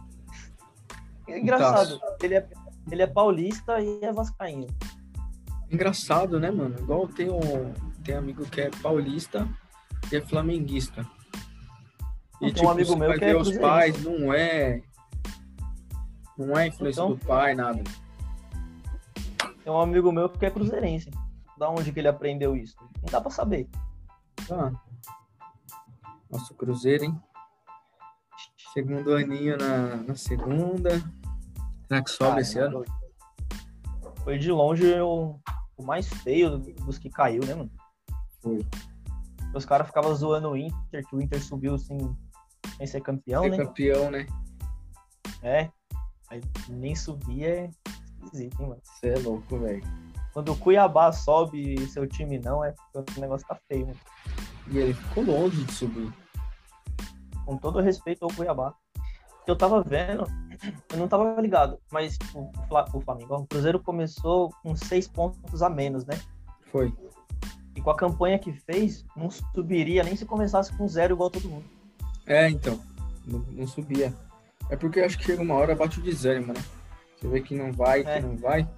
É engraçado. Ele é, ele é paulista e é vascaíno. Engraçado, né, mano? Igual tem um, tem um amigo que é paulista e é flamenguista. E, Tem um amigo você meu vai que ver é os cruzeirense. pais, não é... Não é influência Então- do pai, nada. Tem um amigo meu que é cruzeirense. Da onde que ele aprendeu isso? Não dá pra saber. Ah. Nossa, o Cruzeiro, hein? Segundo aninho na, na segunda. Será que sobe Cara, esse ano? Foi de longe o, o mais feio dos que caiu, né, mano? Foi. Os caras ficavam zoando o Inter, que o Inter subiu sem, sem ser campeão, Ser né? campeão, né? É. Aí nem subia é esquisito, hein, mano? Você é louco, velho. Quando o Cuiabá sobe e seu time não, é porque o negócio tá feio, mano. E ele ficou longe de subir. Com todo respeito ao Cuiabá. Eu tava vendo, eu não tava ligado, mas tipo, o Fla- o Flamengo, o Cruzeiro começou com seis pontos a menos, né? Foi. E com a campanha que fez, não subiria nem se começasse com zero igual todo mundo. É, então. Não, não subia. É porque eu acho que chega uma hora, bate o desânimo, né? Você vê que não vai, É. que não vai.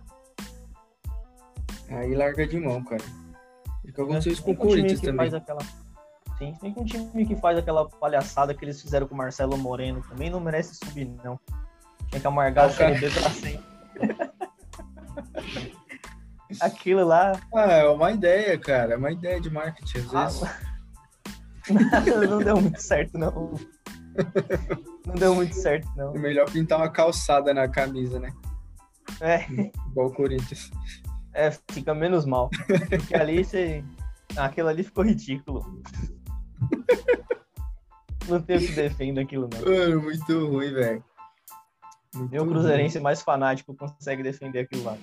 Aí larga de mão, cara. E que aconteceu isso com Tem o que um time Corinthians que também. faz aquela... Sim, tem que um time que faz aquela palhaçada que eles fizeram com o Marcelo Moreno também não merece subir, não. Tinha que amargar Ah, a Série B pra sempre. Aquilo lá... Ah, é uma ideia, cara. É uma ideia de marketing, às vezes. Ah, não deu muito certo, não. Não deu muito certo, não. É melhor pintar uma calçada na camisa, né? É, Igual o Corinthians. é, fica menos mal. Porque ali você... Aquilo ali ficou ridículo. Não tem o que defender aquilo, não. Mano, muito ruim, velho. Muito Nem o cruzeirense mais fanático consegue defender aquilo lá. ruim.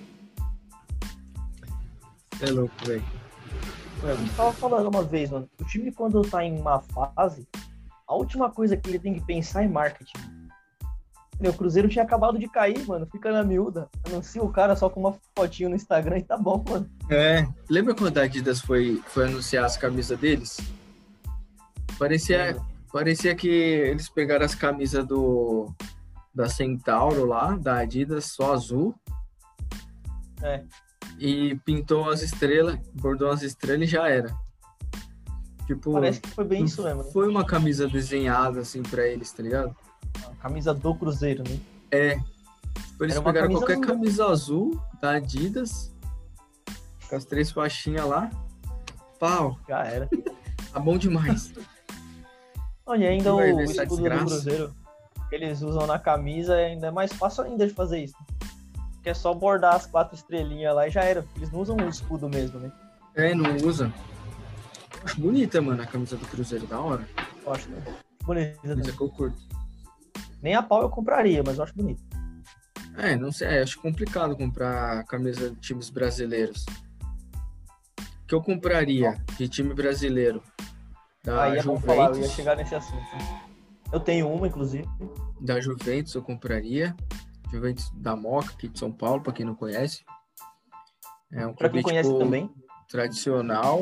É louco, velho. Eu tava falando uma vez, mano. O time, quando tá em uma fase, a última coisa que ele tem que pensar é marketing. Meu, o Cruzeiro tinha acabado de cair, mano. Fica na miúda. Anuncia o cara só com uma fotinho no Instagram e tá bom, mano. É. Lembra quando a Adidas foi, foi anunciar as camisas deles? Parecia, parecia que eles pegaram as camisas do da Centauro lá, da Adidas, só azul. É. E pintou as estrelas, bordou as estrelas e já era. Tipo, Parece que foi bem não isso mesmo, né? foi uma camisa desenhada assim pra eles, tá ligado? A camisa do Cruzeiro, né? É. Tipo, eles Era uma pegaram camisa qualquer azul. camisa azul da Adidas, com as três faixinhas lá. Pau, Já era. tá bom demais. Olha, e ainda o, Vai o ver essa escudo do desgraça. Cruzeiro que eles usam na camisa é ainda mais fácil ainda de fazer isso. Porque é só bordar as quatro estrelinhas lá e já era. Eles não usam o escudo mesmo, né? É, não usa. Eu acho bonita, mano, a camisa do Cruzeiro, da hora. Eu acho, né? Bonito. Camisa também. que eu curto. Nem a pau eu compraria, mas eu acho bonito. É, não sei, é, acho complicado comprar camisa de times brasileiros. O que eu compraria de time brasileiro? Da Aí é bom falar, eu ia Juventus, chegar nesse assunto. né? Eu tenho uma, inclusive. da Juventus eu compraria. Juventus da Moca, aqui de São Paulo, pra quem não conhece. É um Pra quem clube, conhece tipo, também. tradicional,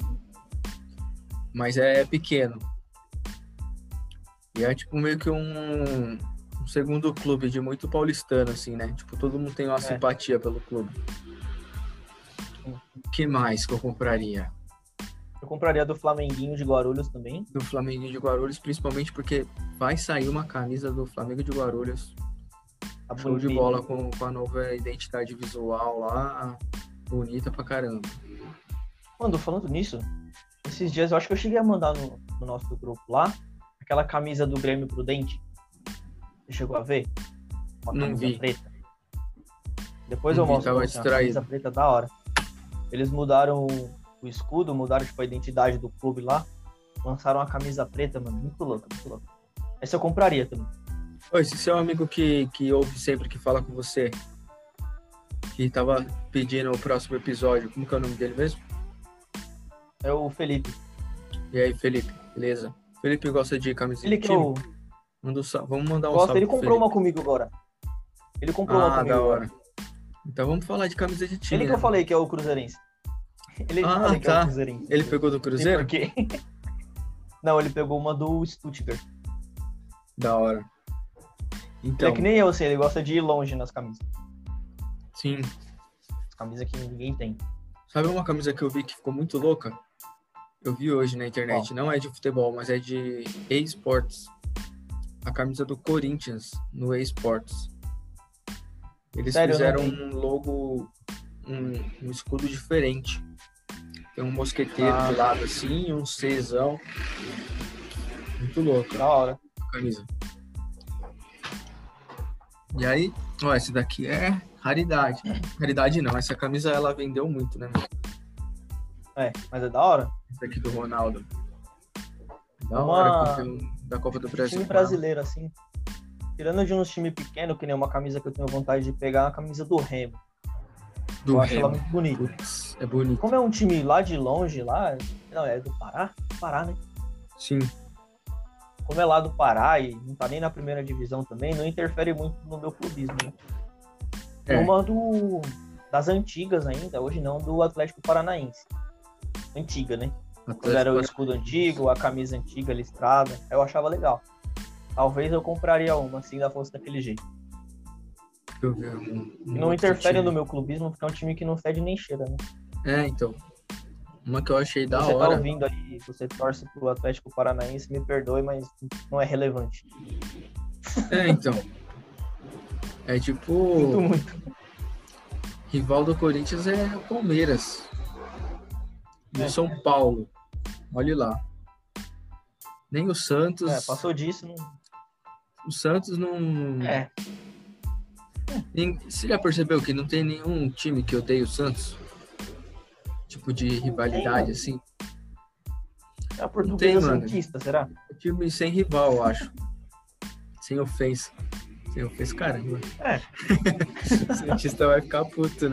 mas é pequeno. E é tipo meio que um, um segundo clube de muito paulistano, assim, né? Tipo, todo mundo tem uma É. simpatia pelo clube. O que mais que eu compraria? Eu compraria do Flamenguinho de Guarulhos também. Do Flamengo de Guarulhos, principalmente porque vai sair uma camisa do Flamengo de Guarulhos. A Show de bonita. bola com, com a nova identidade visual lá. Bonita pra caramba. Mano, falando nisso, esses dias eu acho que eu cheguei a mandar no, no nosso grupo lá aquela camisa do Grêmio Prudente. Você chegou a ver? Uma Não camisa vi. preta. Depois Não eu vi, mostro tava pra você, uma distraído. camisa preta da hora. Eles mudaram o escudo, mudaram tipo, a identidade do clube lá. Lançaram uma camisa preta, mano. Muito louca, muito louca. Essa eu compraria também. Oi, esse seu amigo que, que ouve sempre, que fala com você, que tava pedindo o próximo episódio, como que é o nome dele mesmo? É o Felipe. E aí, Felipe, beleza? Felipe gosta de camiseta Ele de que time? eu Manda um sal- Vamos mandar um gosto, salve ele pro comprou Felipe. uma comigo agora. Ele comprou uma Ah, comigo da agora. hora. Então vamos falar de camisa de time, Ele que né? eu falei que é o Cruzeirense. Ele que eu Ah, falei que é o tá. Cruzeirense. Ele pegou do Não sei Cruzeiro? por quê. Não, ele pegou uma do Stuttgart. Da hora. Ele Então, é que nem eu, assim, ele gosta de ir longe nas camisas. sim. As camisas que ninguém tem. Sabe uma camisa que eu vi que ficou muito louca? Eu vi hoje na internet. Não é de futebol, mas é de eSports. A camisa do Corinthians no eSports. Eles Sério, eu não fizeram vi. um logo, um, um escudo diferente. Tem um mosqueteiro Ah. de lado assim, um Czão. Muito louco Da hora. a camisa. E aí, ó, esse daqui é raridade. Raridade não, essa camisa ela vendeu muito, né, meu? É, mas é da hora. Esse daqui do Ronaldo. Da Uma- hora, campeão da Copa do Brasil. Time brasileiro, assim. Tirando de uns times pequenos, que nem uma camisa que eu tenho vontade de pegar, a camisa do Remo. Do eu acho ela Remo. muito bonita. Putz, é bonito. Como é um time lá de longe, lá. Não, é do Pará? Pará, né? Sim. Como é lá do Pará e não tá nem na primeira divisão também, não interfere muito no meu clubismo, né? É. Uma do, das antigas ainda, hoje não, do Atlético Paranaense. Antiga, né? Quando era o escudo antigo, a camisa antiga listrada, eu achava legal. Talvez eu compraria uma, se ainda fosse daquele jeito. Deixa eu ver um- um Não outro interfere time. no meu clubismo, porque é um time que não fede nem cheira, né? É, então. Uma que eu achei da você hora. tá ouvindo aí, você torce pro Atlético Paranaense, me perdoe, mas não é relevante. É, então. É Sinto tipo. muito. Rival do Corinthians é o Palmeiras. E É. o São Paulo. Olha lá. Nem o Santos. É, passou disso, não... O Santos não. É, Nem- Você já percebeu que não tem nenhum time que odeia o Santos? Tipo de rivalidade, assim? é a tem, portuguesa mano. santista, será? É time sem rival, eu acho. Sem ofensa. Sem ofensa, caramba. É. O Santista vai ficar puto, né?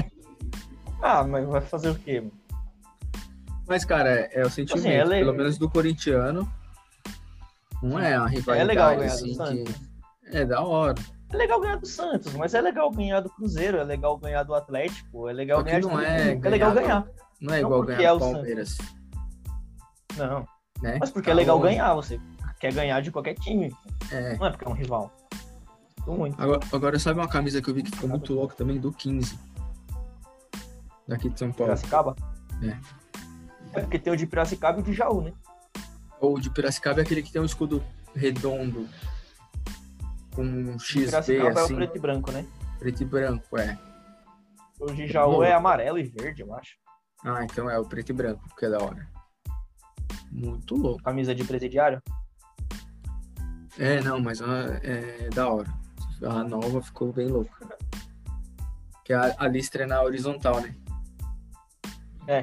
Ah, mas vai fazer o quê? Mano? Mas, cara, é, é o sentimento, Assim, é le- pelo menos do corintiano. Não é uma rivalidade, É legal ganhar do assim, Santos. que... É da hora. É legal ganhar do Santos, mas é legal ganhar do Cruzeiro, é legal ganhar do Atlético, é legal Só que ganhar de não todo é mundo. É legal ganhar ganhar. Não é Não igual porque ganhar é do o Palmeiras, Não, né? mas porque Tá é legal longe. ganhar, você quer ganhar de qualquer time. É. Não é porque é um rival. Tô muito. Agora, agora, sabe uma camisa que eu vi que ficou muito louca também? Do quinze. Daqui de São Paulo. Piracicaba? É. É porque tem o de Piracicaba e o de Jaú, né? Ou de Piracicaba é aquele que tem um escudo redondo. Com um X B, Piracicaba assim. é o preto e branco, né? Preto e branco, é. O de Jaú Bom. é amarelo e verde, eu acho. Ah, então é o preto e branco, que é da hora. Muito louco. Camisa de presidiário. É, não, mas ah, é da hora. A nova ficou bem louca. Que a, a listra é na horizontal, né? É.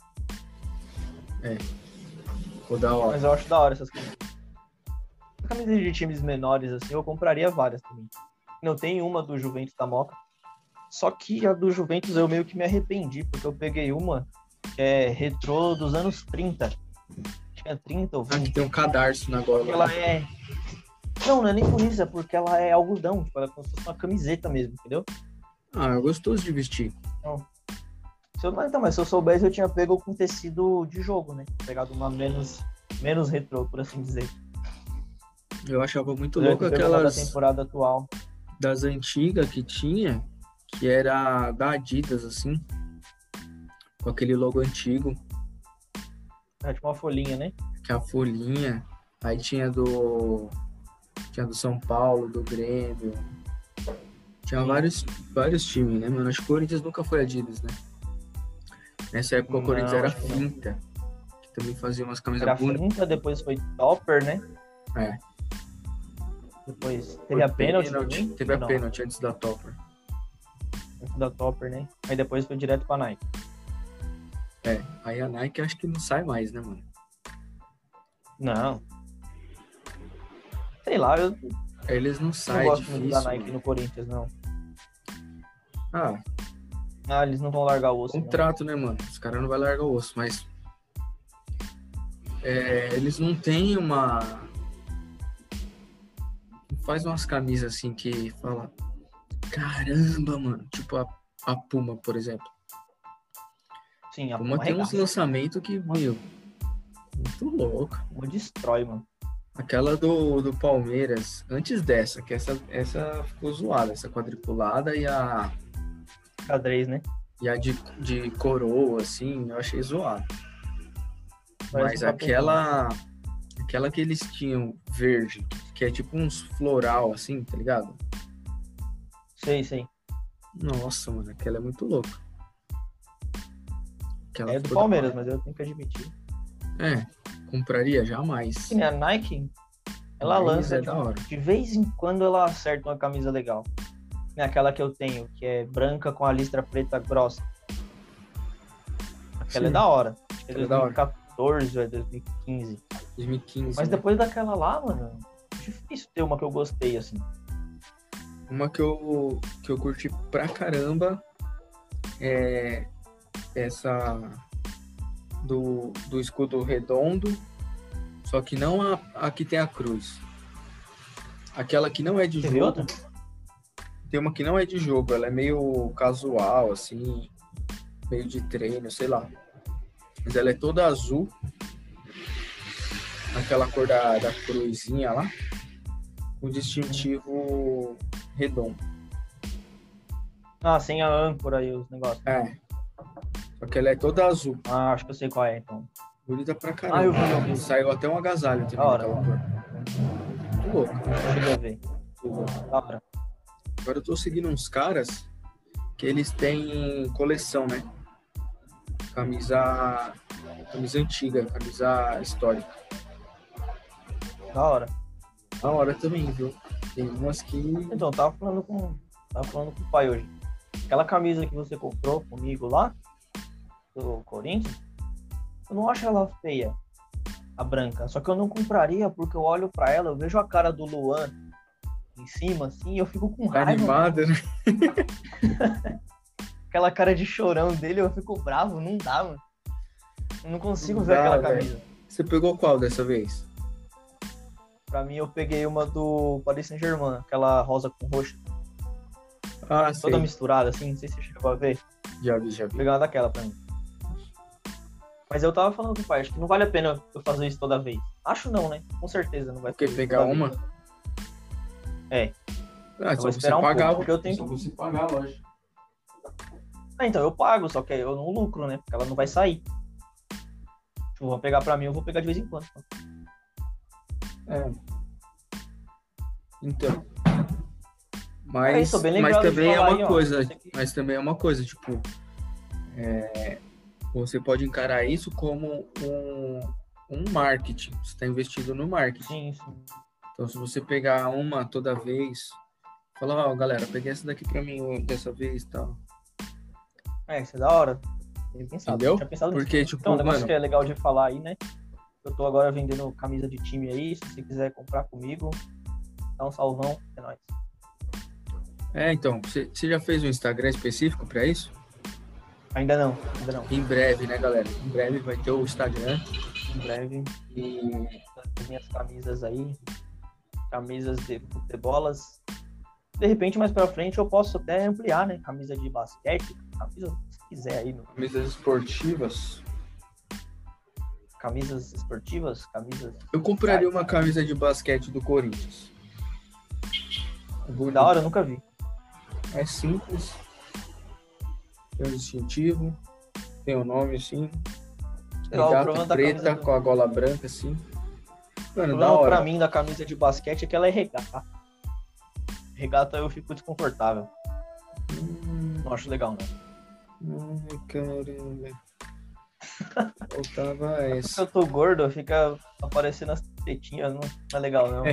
É. Ficou da hora. Mas eu acho da hora essas camisas. Camisas de times menores, assim, eu compraria várias também. Não tem uma do Juventus da Moca. Só que a do Juventus eu meio que me arrependi, porque eu peguei uma que é retrô dos anos trinta. Tinha trinta ou Ah, vinte. que tem um cadarço na gola. Ela é. Não, não é nem por isso, é porque ela é algodão, tipo, ela é como se fosse uma camiseta mesmo, entendeu? Ah, é gostoso de vestir. Se eu, não- então, mas se eu soubesse, eu tinha pego com tecido de jogo, né? Pegado uma menos, menos retrô, por assim dizer. Eu achava muito Eu louco ia ter pegado aquelas da temporada atual. das antigas que tinha, que era da Adidas, assim. Com aquele logo antigo, É tipo uma folhinha, né? que é a folhinha. Aí tinha do. Tinha do São Paulo, do Grêmio. Tinha Sim. vários, vários times, né, mano? Acho que o Corinthians nunca foi Adidas, né? Nessa época o Não, Corinthians era acho que não. finta. Que também fazia umas camisas Era bonitas. Finta, depois foi Topper, né? É. Depois teve a pênalti também? Teve a Não, pênalti antes da Topper. antes da Topper, né? Aí depois foi direto pra Nike. É. Aí a Nike acho que não sai mais, né, mano? Não. Sei lá, eu Aí eles não não saem, é gosto difícil. muito da Nike mano. no Corinthians, não. Ah, Ah, eles não vão largar o osso, não. contrato, né, mano? Os caras não vão largar o osso, mas é, eles não têm uma. Não faz umas camisas assim que fala. Caramba, mano. Tipo a, a Puma, por exemplo. Sim, a A Puma Puma tem uns arregaça. lançamentos que, meu, muito louco. A Puma destrói, mano. Aquela do, do Palmeiras, antes dessa, que essa, essa ficou zoada, essa quadriculada e a, Xadrez, né? e a de, de coroa, assim, eu achei zoado. Parece Mas um aquela, aquela que eles tinham verde, que é tipo uns floral, assim, tá ligado? Sei, sei. Nossa, mano, aquela é muito louca. Aquela É do ficou da Palmeiras, hora. mas eu tenho que admitir. É, compraria jamais. Que nem a Nike, ela Mas lança, é tipo, da hora. de vez em quando ela acerta uma camisa legal. É aquela que eu tenho, que é branca com a listra preta grossa. Aquela Sim. é da hora. Acho que é Aquela é da dois mil hora. e quatorze ou é dois mil e quinze. dois mil e quinze. Mas né? depois daquela lá, mano, difícil ter uma que eu gostei, assim. Uma que eu, que eu curti pra caramba é essa do, do escudo redondo, só que não a, a que tem a cruz. Aquela que não é de Teve jogo. outra? Tem uma que não é de jogo, ela é meio casual, assim, meio de treino, sei lá. Mas ela é toda azul, aquela cor da, da cruzinha lá, com distintivo redondo. Ah, sem a âncora e os negócios. É. Só que ela é toda azul. Ah, acho que eu sei qual é, então. Bonita pra caramba. Ah, eu vi, eu vi. Saiu até um agasalho também Da hora. daquela cor. Muito louco. Eu cheguei a ver. Muito louco. Da hora. Agora eu tô seguindo uns caras que eles têm coleção, né? Camisa. Camisa antiga, camisa histórica. Da hora. Da hora também, viu? Tem umas que. Então, eu tava falando com. Tava falando com o pai hoje. Aquela camisa que você comprou comigo lá, do Corinthians, eu não acho ela feia, a branca. Só que eu não compraria porque eu olho pra ela, eu vejo a cara do Luan em cima, assim, e eu fico com raiva. Animada, né? Aquela cara de chorão dele, eu fico bravo, não dá, mano. Eu não consigo Não ver dá, aquela velho. camisa. Você pegou qual dessa vez? Pra mim, eu peguei uma do Paris Saint-Germain, aquela rosa com roxo, Ah, toda sei. misturada, assim, não sei se você chegou a ver. Já vi, já Vou vi. pegar uma daquela pra mim. Mas eu tava falando com o pai, acho que não vale a pena eu fazer isso toda vez. Acho não, né? Com certeza não vai Porque fazer pegar toda uma. vez. É. Ah, Eu só vou você esperar um pagar. pouco, porque eu tenho Só que- você pagar, lógico. Ah, então eu pago, só que eu não lucro, né? Porque ela não vai sair. Tipo, vou pegar pra mim, eu vou pegar de vez em quando. É. Então. É Mas, isso, bem mas lembrado de também é falar uma aí, ó. coisa, Você que- mas também é uma coisa, tipo, é, você pode encarar isso como um, um marketing. Você está investindo no marketing. Sim, sim. Então, se você pegar uma toda vez, fala, ó, galera, peguei essa daqui pra mim dessa vez e tal. É, isso é da hora. Bem pensado. Entendeu? Eu tinha pensado nisso. Porque, tipo, Então, um negócio mano, que é legal de falar aí, né? Eu tô agora vendendo camisa de time aí. Se você quiser comprar comigo, dá um salvão, é nóis. é, então, você, você já fez um Instagram específico pra isso? Ainda não, ainda não. Em breve, né, galera? Em breve vai ter o Instagram Em breve, e as minhas camisas aí, camisas de futebolas. De repente, mais pra frente, eu posso até ampliar, né? Camisa de basquete, camisa, se quiser aí, meu. camisas esportivas. Camisas esportivas, camisas... Eu compraria uma camisa de basquete do Corinthians. É bonito. Da hora, eu nunca vi. É simples. Tem um distintivo. Tem o nome assim. Sei lá, o Regata problema da preta camisa do- com a gola branca assim. O Mano, da problema hora. pra mim da camisa de basquete é que ela é regata. Regata eu fico desconfortável. Hum, Não acho legal, não. ai, caramba. Faltava Se essa. eu tô gordo, fica aparecendo as tetinhas, não, não é legal, não.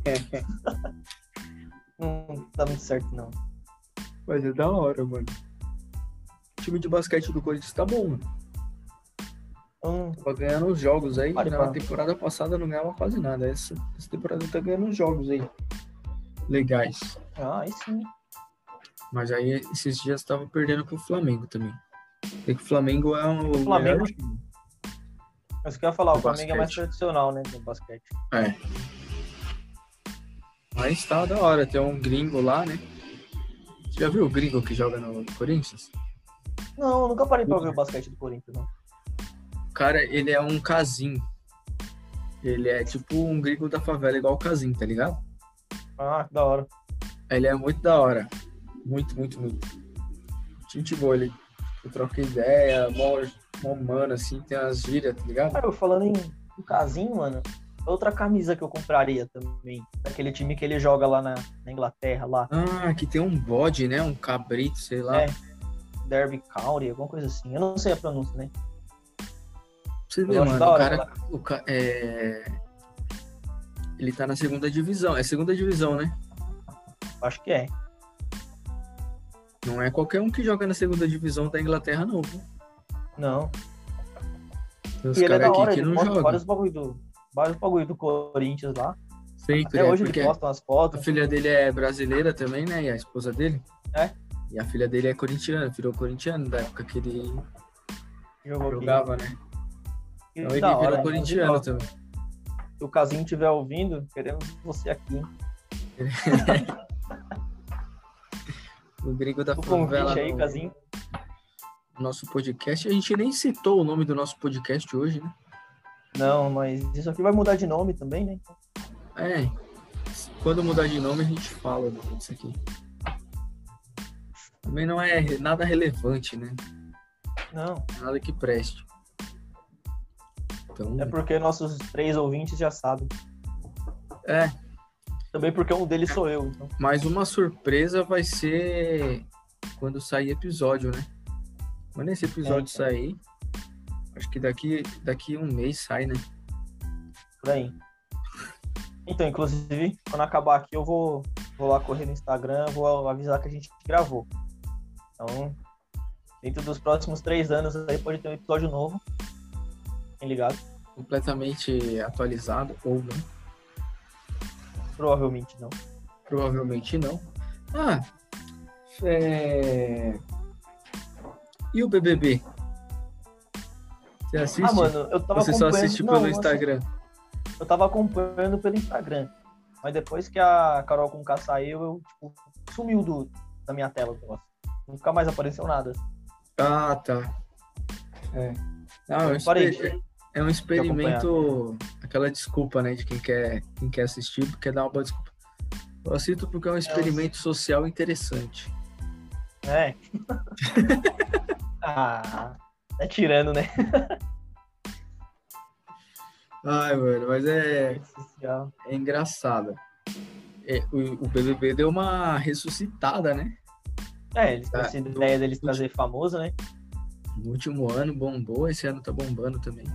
Não dá muito certo, não. Mas é da hora, mano. O time de basquete do Corinthians tá bom, mano. Hum, Tava ganhando os jogos aí. Pode Na falar. temporada passada não ganhava quase nada. Essa, essa temporada tá ganhando uns jogos aí. Legais. ah, aí sim. Mas aí esses dias tava perdendo pro Flamengo também. Tem que o Flamengo é um O Flamengo. melhor time. Mas o que eu ia falar, Do o Flamengo é mais basquete. tradicional, né, do basquete. É. Mas tá da hora, tem um gringo lá, né? Você já viu o gringo que joga no Corinthians? Não, eu nunca parei pra ver o basquete do Corinthians, não. O cara, ele é um casim. Ele é tipo um gringo da favela, igual o casim, tá ligado? Ah, que da hora. Ele é muito da hora. Muito, muito, muito. Gente boa, ele eu troca ideia, mó, mó mano, assim, tem umas gírias, tá ligado? Cara, eu falando em um casinho, mano, outra camisa que eu compraria também, daquele time que ele joga lá na, na Inglaterra, lá. Ah, que tem um bode, né? Um cabrito, sei lá. É, Derby County, alguma coisa assim. Eu não sei a pronúncia, né? Você Eu vê, acho mano, da o hora, cara, o ca... é... ele tá na segunda divisão. É segunda divisão, né? Acho que é. Não é qualquer um que joga na segunda divisão da Inglaterra, não. Viu? Não. Tem uns E ele é caras da hora, aqui que ele não posta jogam. vários bagulho do, vários bagulho do Corinthians lá. Sempre, Até é, hoje porque ele posta umas a fotos. filha dele é brasileira também, né? E a esposa dele. É? E a filha dele é corintiana, virou corintiano da época que ele Jogou aqui. jogava, né? Que Então ele da virou hora, corintiano inclusive, ó, também. Se o Casinho estiver ouvindo, queremos você aqui, hein? O gringo da O favela convite aí, no Casinho. nosso podcast. A gente nem citou o nome do nosso podcast hoje, né? Não, mas isso aqui vai mudar de nome também, né? É. Quando mudar de nome, a gente fala disso aqui. Também não é nada relevante, né? Não, Nada que preste. Então, é porque nossos três ouvintes já sabem. é. Também porque um deles sou eu, então. Mais uma surpresa vai ser quando sair episódio, né? Quando esse episódio É, então. sair, acho que daqui, daqui um mês sai, né? Por aí. Então, inclusive, quando acabar aqui, eu vou, vou lá correr no Instagram, vou avisar que a gente gravou. Então, dentro dos próximos três anos aí pode ter um episódio novo. Fiquem ligados? Completamente atualizado, ou não. Provavelmente não. Provavelmente não. Ah, é... E o B B B? Você assiste? Ah, mano, eu tava Você só acompanhando... assiste não, pelo não Instagram? assisti. Eu tava acompanhando pelo Instagram. Mas depois que a Carol Conká saiu, eu, tipo, sumiu do, da minha tela o negócio. Nunca mais apareceu nada. Ah, tá. É. Não, é um, Eu parei exper- é um experimento, aquela desculpa, né, de quem quer, quem quer assistir, quer dar uma boa desculpa. Eu assisto porque é um experimento social interessante. É. Ah, tá tirando, né? Ai, mano, mas é, Social. é engraçado. É, o, o B B B deu uma ressuscitada, né? É, eles têm Tá. essa ideia deles trazer famoso, né? No último ano bombou, esse ano tá bombando também.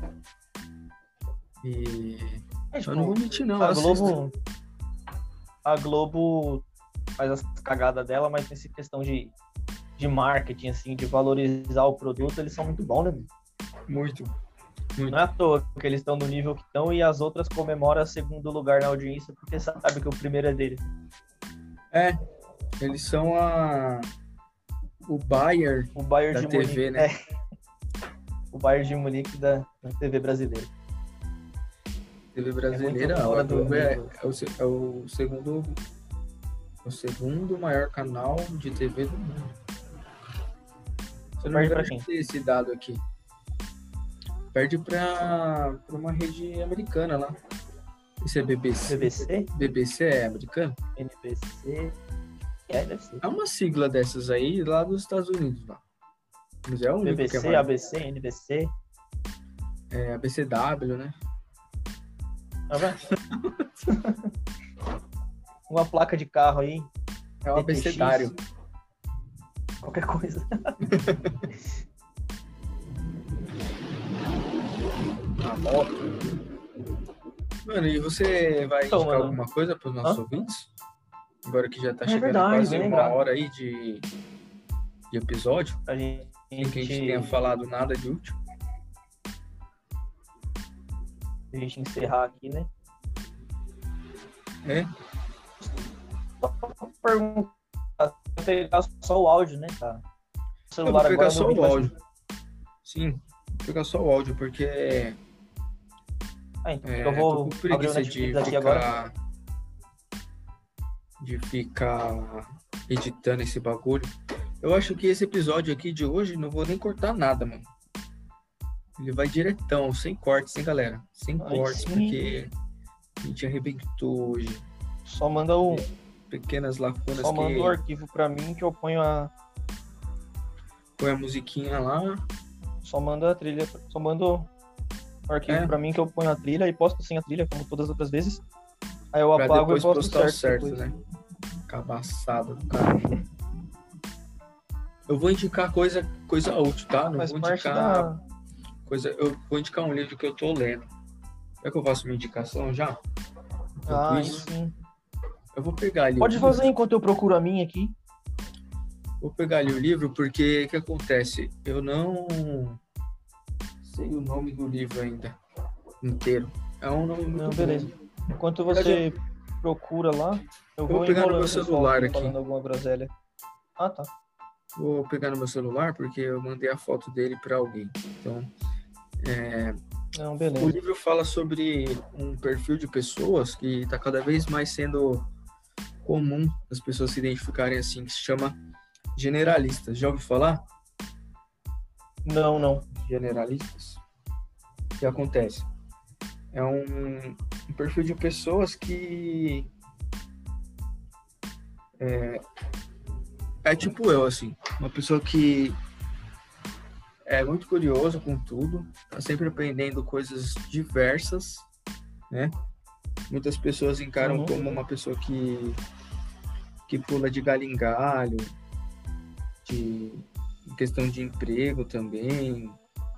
E É, eu tipo, não vou mentir, não. eu a assisto. Globo, a Globo faz as cagadas dela, mas nessa questão de, de marketing, assim, de valorizar o produto, eles são muito bons, né? Meu? Muito. Não é à toa que eles estão no nível que estão e as outras comemoram segundo lugar na audiência, porque sabe que o primeiro é deles. É, eles são a o Bayer O Bayern da de T V, Munique, né? é. O Bayern de Munique da, da T V brasileira. T V brasileira. muito a fora do Globo é, nível. é o, se- é o segundo o segundo maior canal de T V do mundo. Se eu não me Perde pra engano, quem? tem esse dado aqui. Perde para uma rede americana lá. Esse é B B C. B B C, B B C é americano? N B C, é, deve ser. É uma sigla dessas aí lá dos Estados Unidos lá. Mas é o único que é B B C, mais. A B C, N B C. É A B C W, né? Tá vendo? Uma placa de carro aí, É o D T X. abecedário. qualquer coisa. A moto. Mano, e você vai Então, indicar mano. alguma coisa para os nossos Hã? ouvintes? Agora que já tá É chegando verdade, quase bem uma lembrado. hora aí de, de episódio, A gente, sem que a gente tenha falado nada de útil. a gente encerrar aqui, né? É? Perguntar, vou pegar só o áudio, né? Tá? O Eu celular vou pegar agora, só meu o vídeo vai áudio. Sim, vou pegar só o áudio, porque é, Ah, então é, eu vou tô com abrir o preguiça de Netflix aqui agora. ficar... De ficar editando esse bagulho. Eu acho que esse episódio aqui de hoje não vou nem cortar nada, mano. Ele vai diretão, sem cortes, hein, galera? Sem Ai, cortes, sim. porque a gente arrebentou hoje. Só manda o, Pequenas lacunas só manda o que arquivo pra mim que eu ponho a. põe a musiquinha lá. Só manda a trilha. Só manda o arquivo É. pra mim que eu ponho a trilha e posto sem a trilha, como todas as outras vezes. Aí eu Pra apago e depois posto postar o certo. certo, depois. né? Cabaçada do cara. Eu vou indicar coisa, coisa útil, tá? Não Faz vou parte indicar da. coisa. Eu vou indicar um livro que eu tô lendo. Quer que eu faça uma indicação já? Enquanto Ah, aí isso, sim. eu vou pegar ali. Pode o fazer livro. enquanto eu procuro a minha aqui. Vou pegar ali o livro porque o que acontece? Eu não sei o nome do livro ainda inteiro. É um nome muito Não, bom. beleza. Enquanto você procura lá, eu vou vou pegar no enrolando meu o pessoal celular aqui aqui. falando alguma groselha. Ah, tá. Vou pegar no meu celular porque eu mandei a foto dele para alguém. Então, é, Não, o beleza. livro fala sobre um perfil de pessoas que está cada vez mais sendo comum as pessoas se identificarem assim, que se chama generalistas. Já ouviu falar? Não, não. Generalistas? O que acontece? É um, um perfil de pessoas que é, é tipo eu, assim, uma pessoa que é muito curioso com tudo, tá sempre aprendendo coisas diversas, né? Muitas pessoas encaram Uhum. como uma pessoa que, que pula de galho em galho, de em questão de emprego também,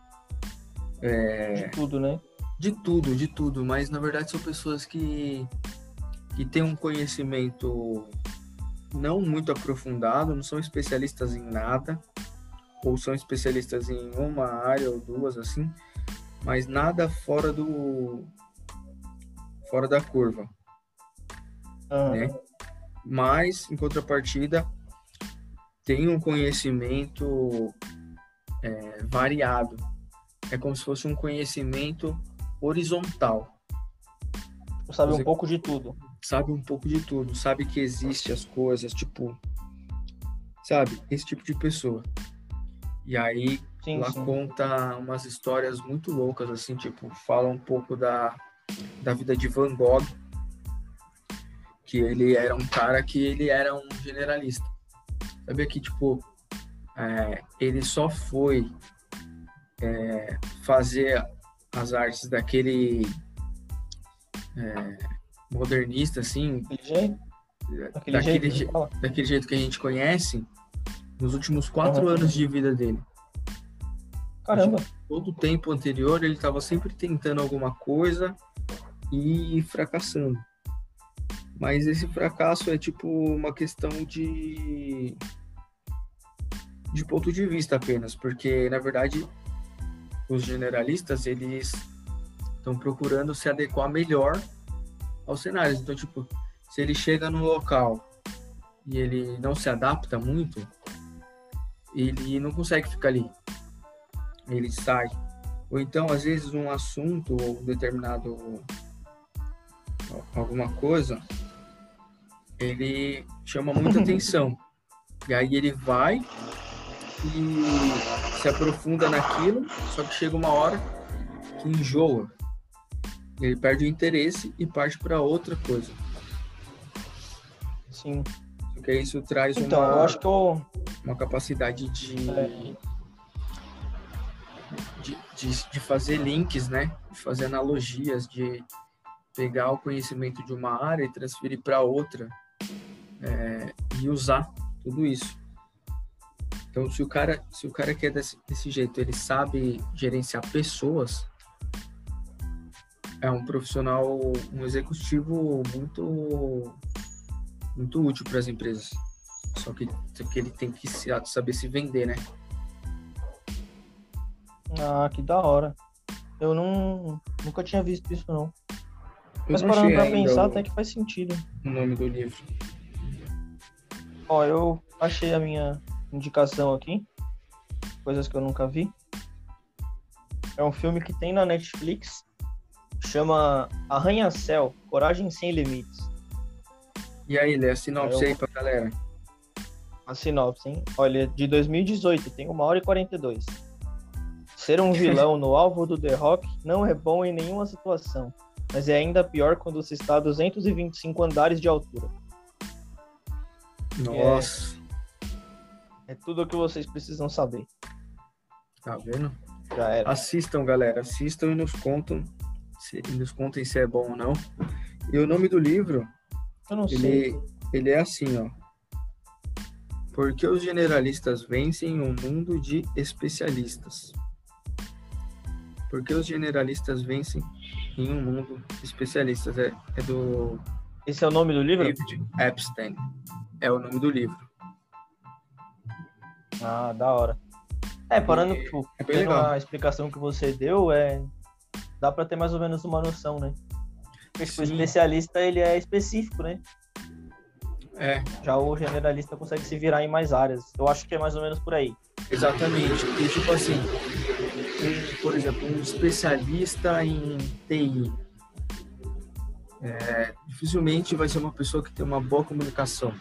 De tudo, né? de tudo, de tudo, mas na verdade são pessoas que, que têm um conhecimento não muito aprofundado, não são especialistas em nada, ou são especialistas em uma área ou duas, assim, mas nada fora do fora da curva, Ah, né? Mas, em contrapartida, tem um conhecimento é, variado. É como se fosse um conhecimento horizontal. sabe Você- um pouco de tudo. Sabe um pouco de tudo, sabe que existe as coisas, tipo, sabe? Esse tipo de pessoa. E aí, Sim, lá sim. conta umas histórias muito loucas, assim, tipo, fala um pouco da, da vida de Van Gogh, que ele era um cara que ele era um generalista. Sabia que, tipo, é, ele só foi é, fazer as artes daquele é, modernista, assim, Daquele jeito? Daquele daquele, jeito, je- né? Fala. daquele jeito que a gente conhece, nos últimos quatro Uhum. anos de vida dele. Caramba. Todo o tempo anterior ele estava sempre tentando alguma coisa e fracassando. Mas esse fracasso é tipo uma questão de de ponto de vista apenas, porque na verdade os generalistas eles estão procurando se adequar melhor aos cenários. Então, tipo, se ele chega num local e ele não se adapta muito, ele não consegue ficar ali. Ele sai. Ou então, às vezes, um assunto ou um determinado alguma coisa, ele chama muita atenção. E aí ele vai e se aprofunda naquilo, só que chega uma hora que enjoa. Ele perde o interesse e parte para outra coisa. Sim. Porque isso traz Então, uma, eu acho que eu. uma capacidade de, É, de, de, de fazer links, né? De fazer analogias, de pegar o conhecimento de uma área e transferir para outra, é, e usar tudo isso. Então, se o cara, se o cara quer desse, desse jeito, ele sabe gerenciar pessoas, é um profissional, um executivo muito, muito útil para as empresas. Só que, só que ele tem que se, saber se vender, né? Ah, que da hora. Eu não. Nunca tinha visto isso, não. Eu Mas não parando achei pra ainda pensar, o, até que faz sentido. o nome do livro. Ó, eu achei a minha indicação aqui. Coisas que eu nunca vi. É um filme que tem na Netflix. Chama Arranha-Céu, Coragem Sem Limites. E aí, Lê, a sinopse Eu- aí pra galera. A sinopse, hein? Olha, de dois mil e dezoito, tem uma hora e quarenta e dois. Ser um vilão no alvo do The Rock não é bom em nenhuma situação, mas é ainda pior quando se está a duzentos e vinte e cinco andares de altura. Nossa, É tudo o que vocês precisam saber. tá vendo? Já era. Assistam, galera, assistam e nos contam se, e nos contem se é bom ou não. E o nome do livro, Eu não sei. ele, ele é assim, ó. Por que os generalistas vencem um mundo de especialistas? Por que os generalistas vencem em um mundo de especialistas? É, é do Esse é o nome do livro? David Epstein. É o nome do livro. Ah, da hora. É, parando, E tipo, é bem pela legal. explicação que você deu, é... dá pra ter mais ou menos uma noção, né? Porque, tipo, o Sim. especialista, ele é específico, né? É, Já o generalista consegue se virar em mais áreas. Eu acho que é mais ou menos por aí. exatamente. E tipo assim, um, por exemplo, um especialista em T I. É, dificilmente vai ser uma pessoa que tem uma boa comunicação.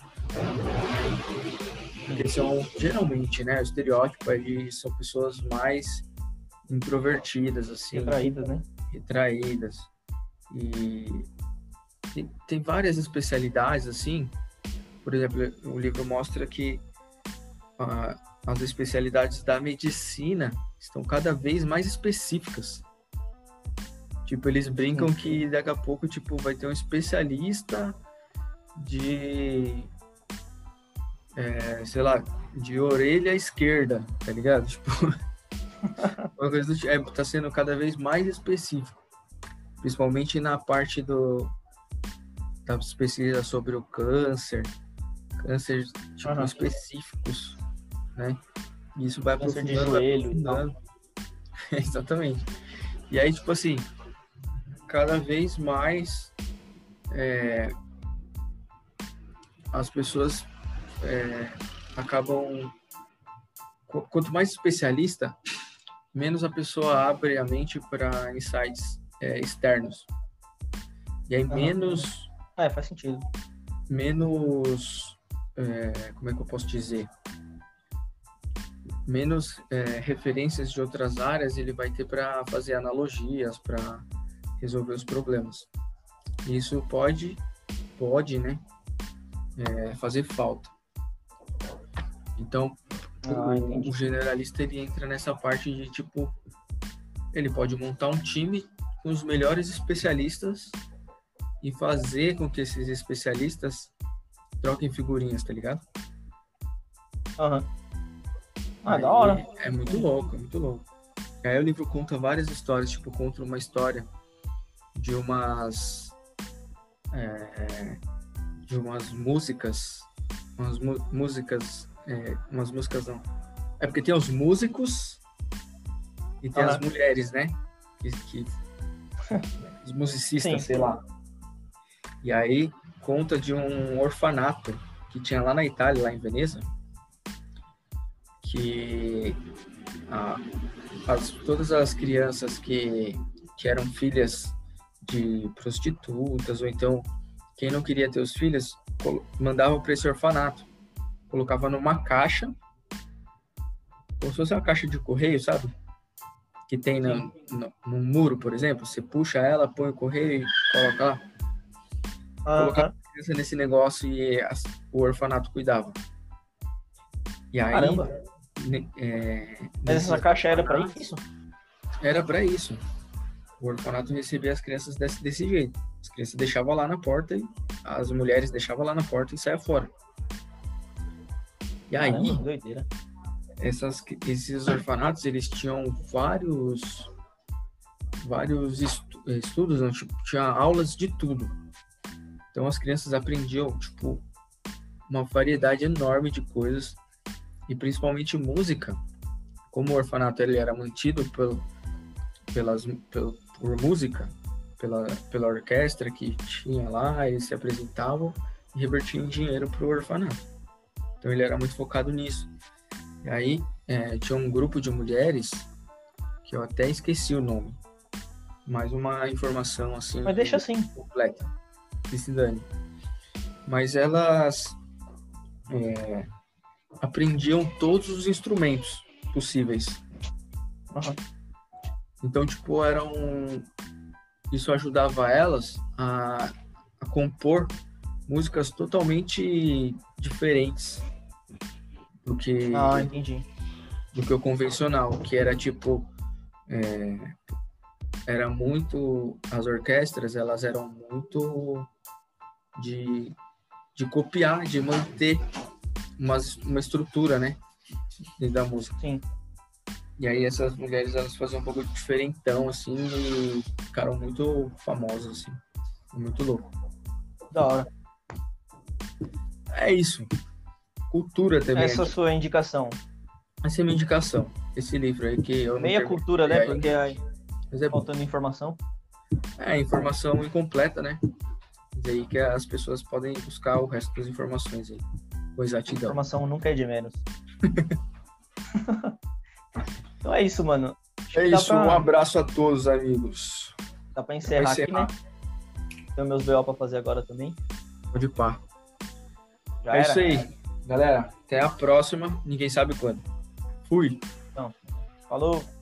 Porque são, geralmente, né, o estereótipo aí são pessoas mais introvertidas, assim, Retraídas, né? retraídas. E tem, tem várias especialidades, assim. Por exemplo, o livro mostra que ah, as especialidades da medicina estão cada vez mais específicas. Tipo, eles brincam que daqui a pouco, tipo, vai ter um especialista de, é, sei lá, de orelha esquerda, tá ligado? Tipo, uma coisa do tipo, é, tá sendo cada vez mais específico, principalmente na parte do das pesquisas sobre o câncer, câncer, tipo, Aham. específicos, né? E isso vai Câncer de aprofundando, vai joelho e tal. aprofundando. Exatamente. E aí, tipo assim, cada vez mais é, as pessoas é, acabam... qu- Quanto mais especialista, menos a pessoa abre a mente para insights é, externos. E aí, Aham. menos... É, faz sentido. menos... é, como é que eu posso dizer? Menos é, referências de outras áreas ele vai ter para fazer analogias, para resolver os problemas. E isso pode, pode, né, é, fazer falta. Então, Ah, o, entendi. o generalista ele entra nessa parte de tipo, ele pode montar um time com os melhores especialistas e fazer com que esses especialistas troquem figurinhas, tá ligado? Aham. Ah, Aí da hora. É muito louco, é muito louco. E aí o livro conta várias histórias, tipo, conta uma história de umas é, de umas músicas, umas mu- músicas, é, umas músicas não. É porque tem os músicos e tem as Aham. mulheres, né? Que, que- os musicistas, Sim. sei lá. E aí conta de um orfanato que tinha lá na Itália, lá em Veneza, que ah, as- todas as crianças que, que eram filhas de prostitutas, ou então quem não queria ter os filhos, colo- mandava para esse orfanato. Colocava numa caixa, como se fosse uma caixa de correio, sabe? Que tem no, no, no muro, por exemplo. Você puxa ela, põe o correio e coloca lá. Colocava Aham. a criança nesse negócio e as- o orfanato cuidava. E aí, Caramba. ne- é, Mas essa nesses caixa era pra orfanatos, isso? Era para isso. O orfanato recebia as crianças desse, desse jeito. As crianças deixavam lá na porta e as mulheres deixavam lá na porta e saia fora. E aí, Caramba, doideira. essas, esses orfanatos, eles tinham vários vários estu- estudos, não, tipo, tinha aulas de tudo. Então as crianças aprendiam, tipo, uma variedade enorme de coisas e principalmente música. Como o orfanato ele era mantido pelo, pelas, pelo, por música, pela, pela orquestra que tinha lá, eles se apresentavam e revertiam dinheiro para o orfanato. Então ele era muito focado nisso. E aí é, tinha um grupo de mulheres que eu até esqueci o nome. Mais uma informação assim Mas deixa assim. completa. Que se dane. Mas elas é, aprendiam todos os instrumentos possíveis. Aham. Então, tipo, eram... Isso ajudava elas a, a compor músicas totalmente diferentes do que, Ah, entendi. do que o convencional, que era tipo... é, era muito... As orquestras, elas eram muito de, de copiar, de manter uma, uma estrutura, né? Dentro da música. Sim. E aí essas mulheres, elas faziam um pouco diferentão, assim, e ficaram muito famosas, assim. Muito louco. Da hora. É isso. Cultura também. Essa é a sua indicação. Essa é a minha indicação. Esse livro aí que eu não Meia terminei cultura, de né? ler Porque ainda, aí, mas é bom. faltando informação. É, informação incompleta, né? Mas aí que as pessoas podem buscar o resto das informações aí. Com exatidão. Informação nunca é de menos. Então é isso, mano. Acho É que dá isso. pra- Um abraço a todos, amigos. Dá pra encerrar, Vai aqui, encerrar. né? Tenho meus B O pra fazer agora também. Pode pá. Já É era. isso aí. Galera, até a próxima. Ninguém sabe quando. Fui. Falou.